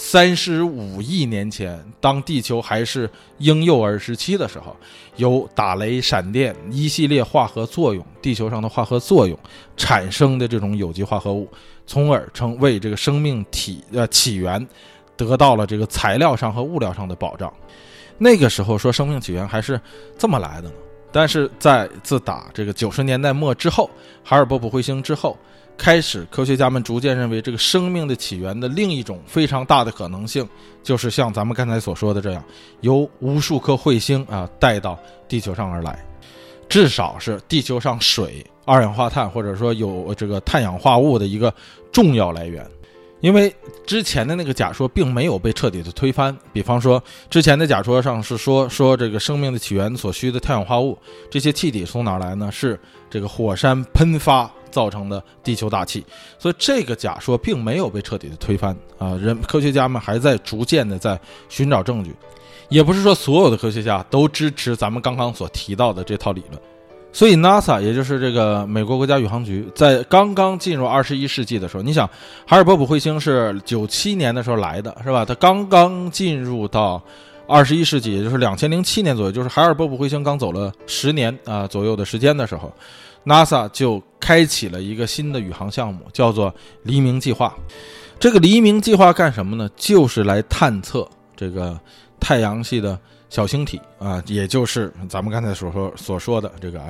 35亿年前，当地球还是婴幼儿时期的时候，由打雷闪电一系列化合作用，地球上的化合作用产生的这种有机化合物，从而为这个生命起源得到了这个材料上和物料上的保障。那个时候说生命起源还是这么来的呢。但是自打这个90年代末之后，哈尔波普彗星之后，开始科学家们逐渐认为这个生命的起源的另一种非常大的可能性，就是像咱们刚才所说的这样，由无数颗彗星带到地球上而来，至少是地球上水、二氧化碳或者说有这个碳氧化物的一个重要来源。因为之前的那个假说并没有被彻底的推翻，比方说之前的假说上是说这个生命的起源所需的碳氧化物，这些气体从哪来呢？是这个火山喷发造成的地球大气，所以这个假说并没有被彻底的推翻科学家们还在逐渐的在寻找证据，也不是说所有的科学家都支持咱们刚刚所提到的这套理论。所以 NASA 也就是这个美国国家宇航局在刚刚进入21世纪的时候，你想哈尔波普彗星是97年的时候来的，是吧？它刚刚进入到21世纪，也就是2007年左右，就是哈尔波普彗星刚走了10年左右的时间的时候， NASA 就开启了一个新的宇航项目，叫做黎明计划。这个黎明计划干什么呢？就是来探测这个太阳系的小星体也就是咱们刚才所说的这个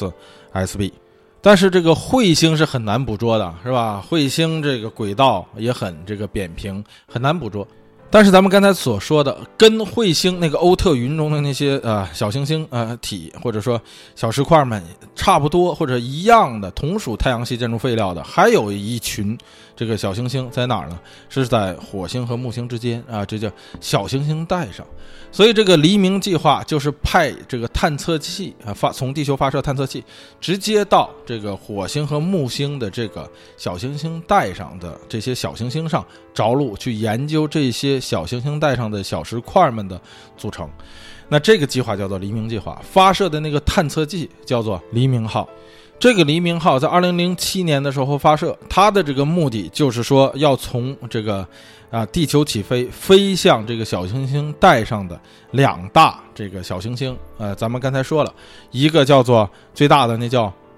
SSSB。 但是这个彗星是很难捕捉的，是吧？彗星这个轨道也很这个扁平，很难捕捉。但是咱们刚才所说的跟彗星那个欧特云中的那些小行星体或者说小石块们差不多或者一样的同属太阳系建筑废料的，还有一群这个小行星在哪儿呢？是在火星和木星之间这叫小行星带上。所以这个黎明计划就是派这个探测器从地球发射探测器，直接到这个火星和木星的这个小行星带上的这些小行星上着陆，去研究这些小行星带上的小石块们的组成。那这个计划叫做黎明计划，发射的那个探测器叫做黎明号。这个黎明号在2007年的时候发射，它的这个目的就是说要从这个地球起飞向这个小行星带上的2大这个小行星咱们刚才说了，一个叫做最大的那叫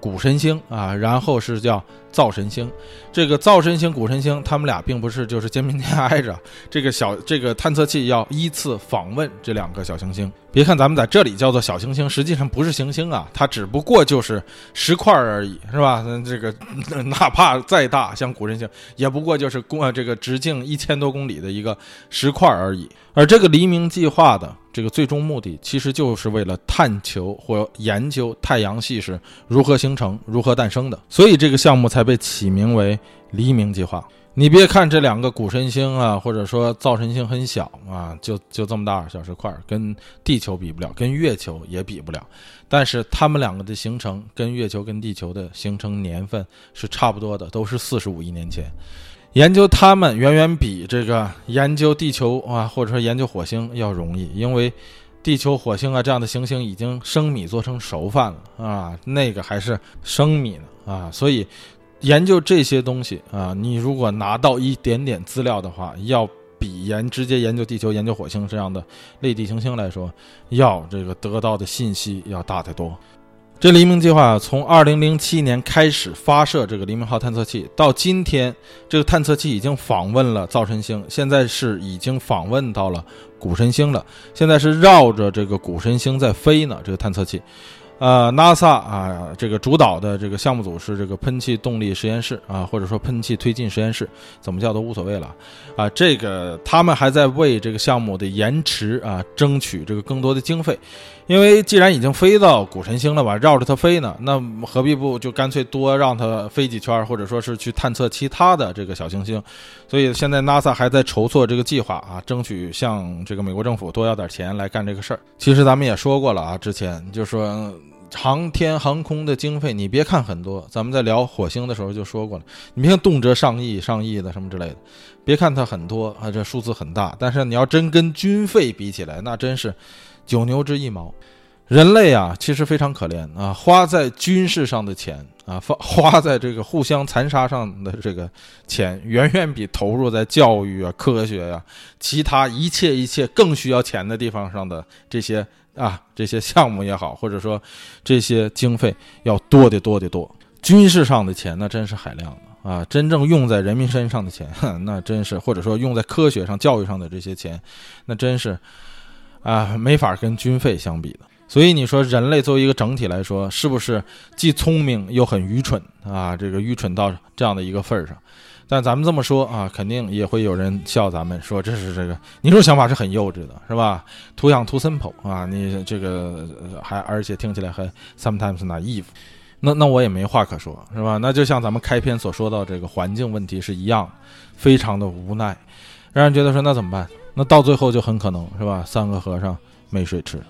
谷神星啊，然后是叫灶神星。这个灶神星、谷神星，他们俩并不是就是肩并肩挨着，这个探测器要依次访问这两个小行星。别看咱们在这里叫做小行星，实际上不是行星啊，它只不过就是石块而已，是吧？这个哪怕再大，像谷神星，也不过就是这个直径1000多公里的一个石块而已。而这个黎明计划的这个最终目的，其实就是为了探求或研究太阳系是如何形成、如何诞生的，所以这个项目才被起名为黎明计划。你别看这两个谷神星啊，或者说灶神星很小啊，就这么大小石块，跟地球比不了，跟月球也比不了，但是它们两个的形成跟月球跟地球的形成年份是差不多的，都是45亿年前。研究它们远远比这个研究地球啊，或者说研究火星要容易，因为地球、火星啊这样的行星已经生米做成熟饭了啊，那个还是生米呢啊，所以研究这些东西啊，你如果拿到一点点资料的话，要比直接研究地球、研究火星这样的类地行星来说，要这个得到的信息要大得多。这黎明计划从2007年开始发射这个黎明号探测器，到今天这个探测器已经访问了灶神星，现在是已经访问到了谷神星了，现在是绕着这个谷神星在飞呢，这个探测器。NASA 啊，这个主导的这个项目组是这个喷气动力实验室啊，或者说喷气推进实验室，怎么叫都无所谓了啊。这个他们还在为这个项目的延迟啊争取这个更多的经费，因为既然已经飞到谷神星了吧，绕着它飞呢，那何必不就干脆多让它飞几圈，或者说是去探测其他的这个小行星。所以现在 NASA 还在筹措这个计划啊，争取向这个美国政府多要点钱来干这个事儿。其实咱们也说过了啊，之前就说航天航空的经费，你别看很多，咱们在聊火星的时候就说过了，你别看动辄上亿的什么之类的，别看它很多啊，这数字很大，但是你要真跟军费比起来，那真是九牛之一毛。人类啊，其实非常可怜啊，花在军事上的钱啊，花在这个互相残杀上的这个钱，远远比投入在教育啊、科学啊、其他一切更需要钱的地方上的这些项目也好，或者说这些经费要多得多。军事上的钱那真是海量的啊，真正用在人民身上的钱，那真是，或者说用在科学上、教育上的这些钱，那真是啊，没法跟军费相比的。所以你说人类作为一个整体来说，是不是既聪明又很愚蠢啊？这个愚蠢到这样的一个份上。但咱们这么说啊，肯定也会有人笑咱们，说这是这个你这种想法是很幼稚的，是吧？Too young, too simple 啊，你这个而且听起来还 sometimes naive。那我也没话可说，是吧？那就像咱们开篇所说到这个环境问题是一样，非常的无奈，让人觉得说那怎么办？那到最后就很可能是吧？三个和尚没水吃。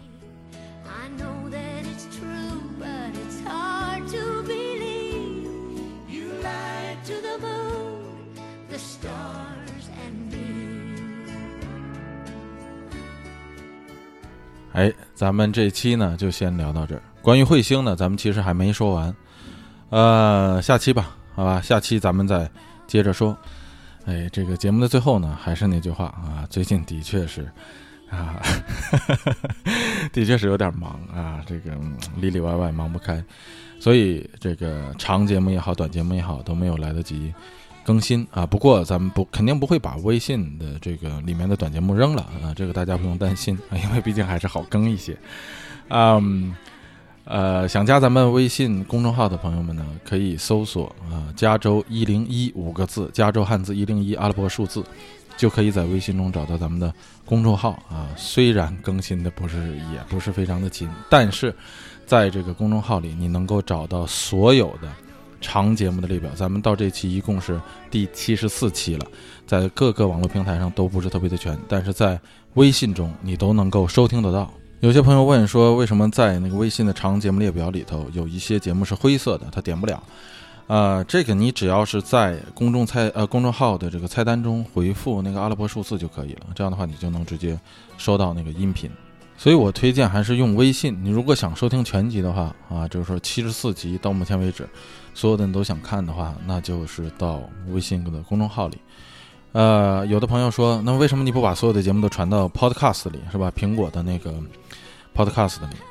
咱们这期呢就先聊到这儿。关于彗星呢，咱们其实还没说完，下期吧，好吧，下期咱们再接着说。这个节目的最后呢，还是那句话啊，最近的确是啊，的确是有点忙啊，这个里里外外忙不开，所以这个长节目也好，短节目也好，都没有来得及更新啊。不过咱们肯定不会把微信的这个里面的短节目扔了啊，这个大家不用担心啊，因为毕竟还是好更一些。想加咱们微信公众号的朋友们呢，可以搜索加州101 5个字，加州汉字101阿拉伯数字，就可以在微信中找到咱们的公众号啊。虽然更新的也不是非常的勤，但是在这个公众号里，你能够找到所有的长节目的列表。咱们到这期一共是第74期了，在各个网络平台上都不是特别的全，但是在微信中你都能够收听得到。有些朋友问说，为什么在那个微信的长节目列表里头有一些节目是灰色的，它点不了？这个你只要是在公众号的这个菜单中回复那个阿拉伯数字就可以了，这样的话你就能直接收到那个音频。所以我推荐还是用微信。你如果想收听全集的话啊，就是说74集到目前为止，所有的人都想看的话，那就是到微信的公众号里。有的朋友说，那为什么你不把所有的节目都传到 Podcast 里，是吧？苹果的那个 Podcast 里。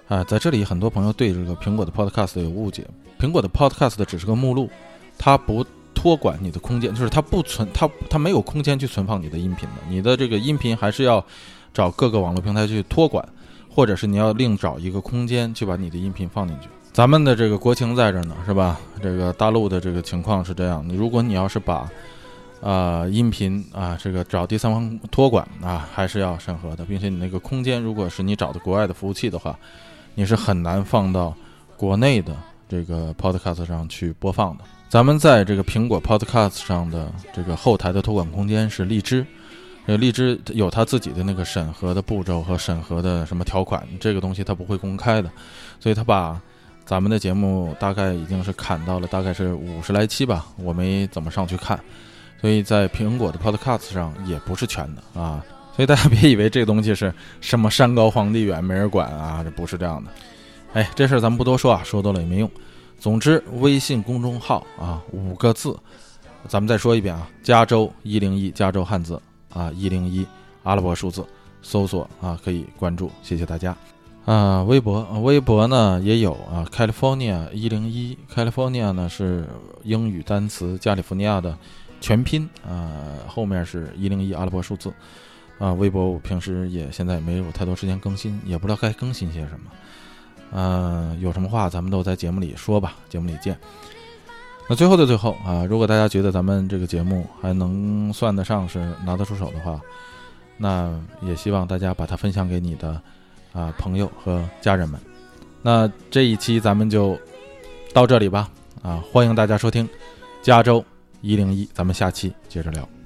在这里很多朋友对这个苹果的 Podcast 有误解，苹果的 Podcast 只是个目录，它不托管你的空间，就是它没有空间去存放你的音频的，你的这个音频还是要找各个网络平台去托管，或者是你要另找一个空间去把你的音频放进去。咱们的这个国情在这呢，是吧？这个大陆的这个情况是这样，如果你要是把音频这个找第三方托管还是要审核的，并且你那个空间如果是你找的国外的服务器的话，你是很难放到国内的这个 Podcast 上去播放的。咱们在这个苹果 Podcast 上的这个后台的托管空间是荔枝，荔枝有它自己的那个审核的步骤和审核的什么条款，这个东西它不会公开的，所以它把咱们的节目大概已经是砍到了大概是50来期吧，我没怎么上去看，所以在苹果的 Podcast 上也不是全的所以大家别以为这个东西是什么山高皇帝远没人管这不是这样的。这事咱们不多说说多了也没用。总之微信公众号5个字，咱们再说一遍加州101，加州汉字101阿拉伯数字，搜索可以关注，谢谢大家。微博呢也有California 101， California 呢是英语单词加利福尼亚的全拼后面是101阿拉伯数字微博我平时现在也没有太多时间更新，也不知道该更新些什么有什么话咱们都在节目里说吧，节目里见。那最后的最后如果大家觉得咱们这个节目还能算得上是拿得出手的话，那也希望大家把它分享给你的朋友和家人们。那这一期咱们就到这里吧欢迎大家收听加州101，咱们下期接着聊。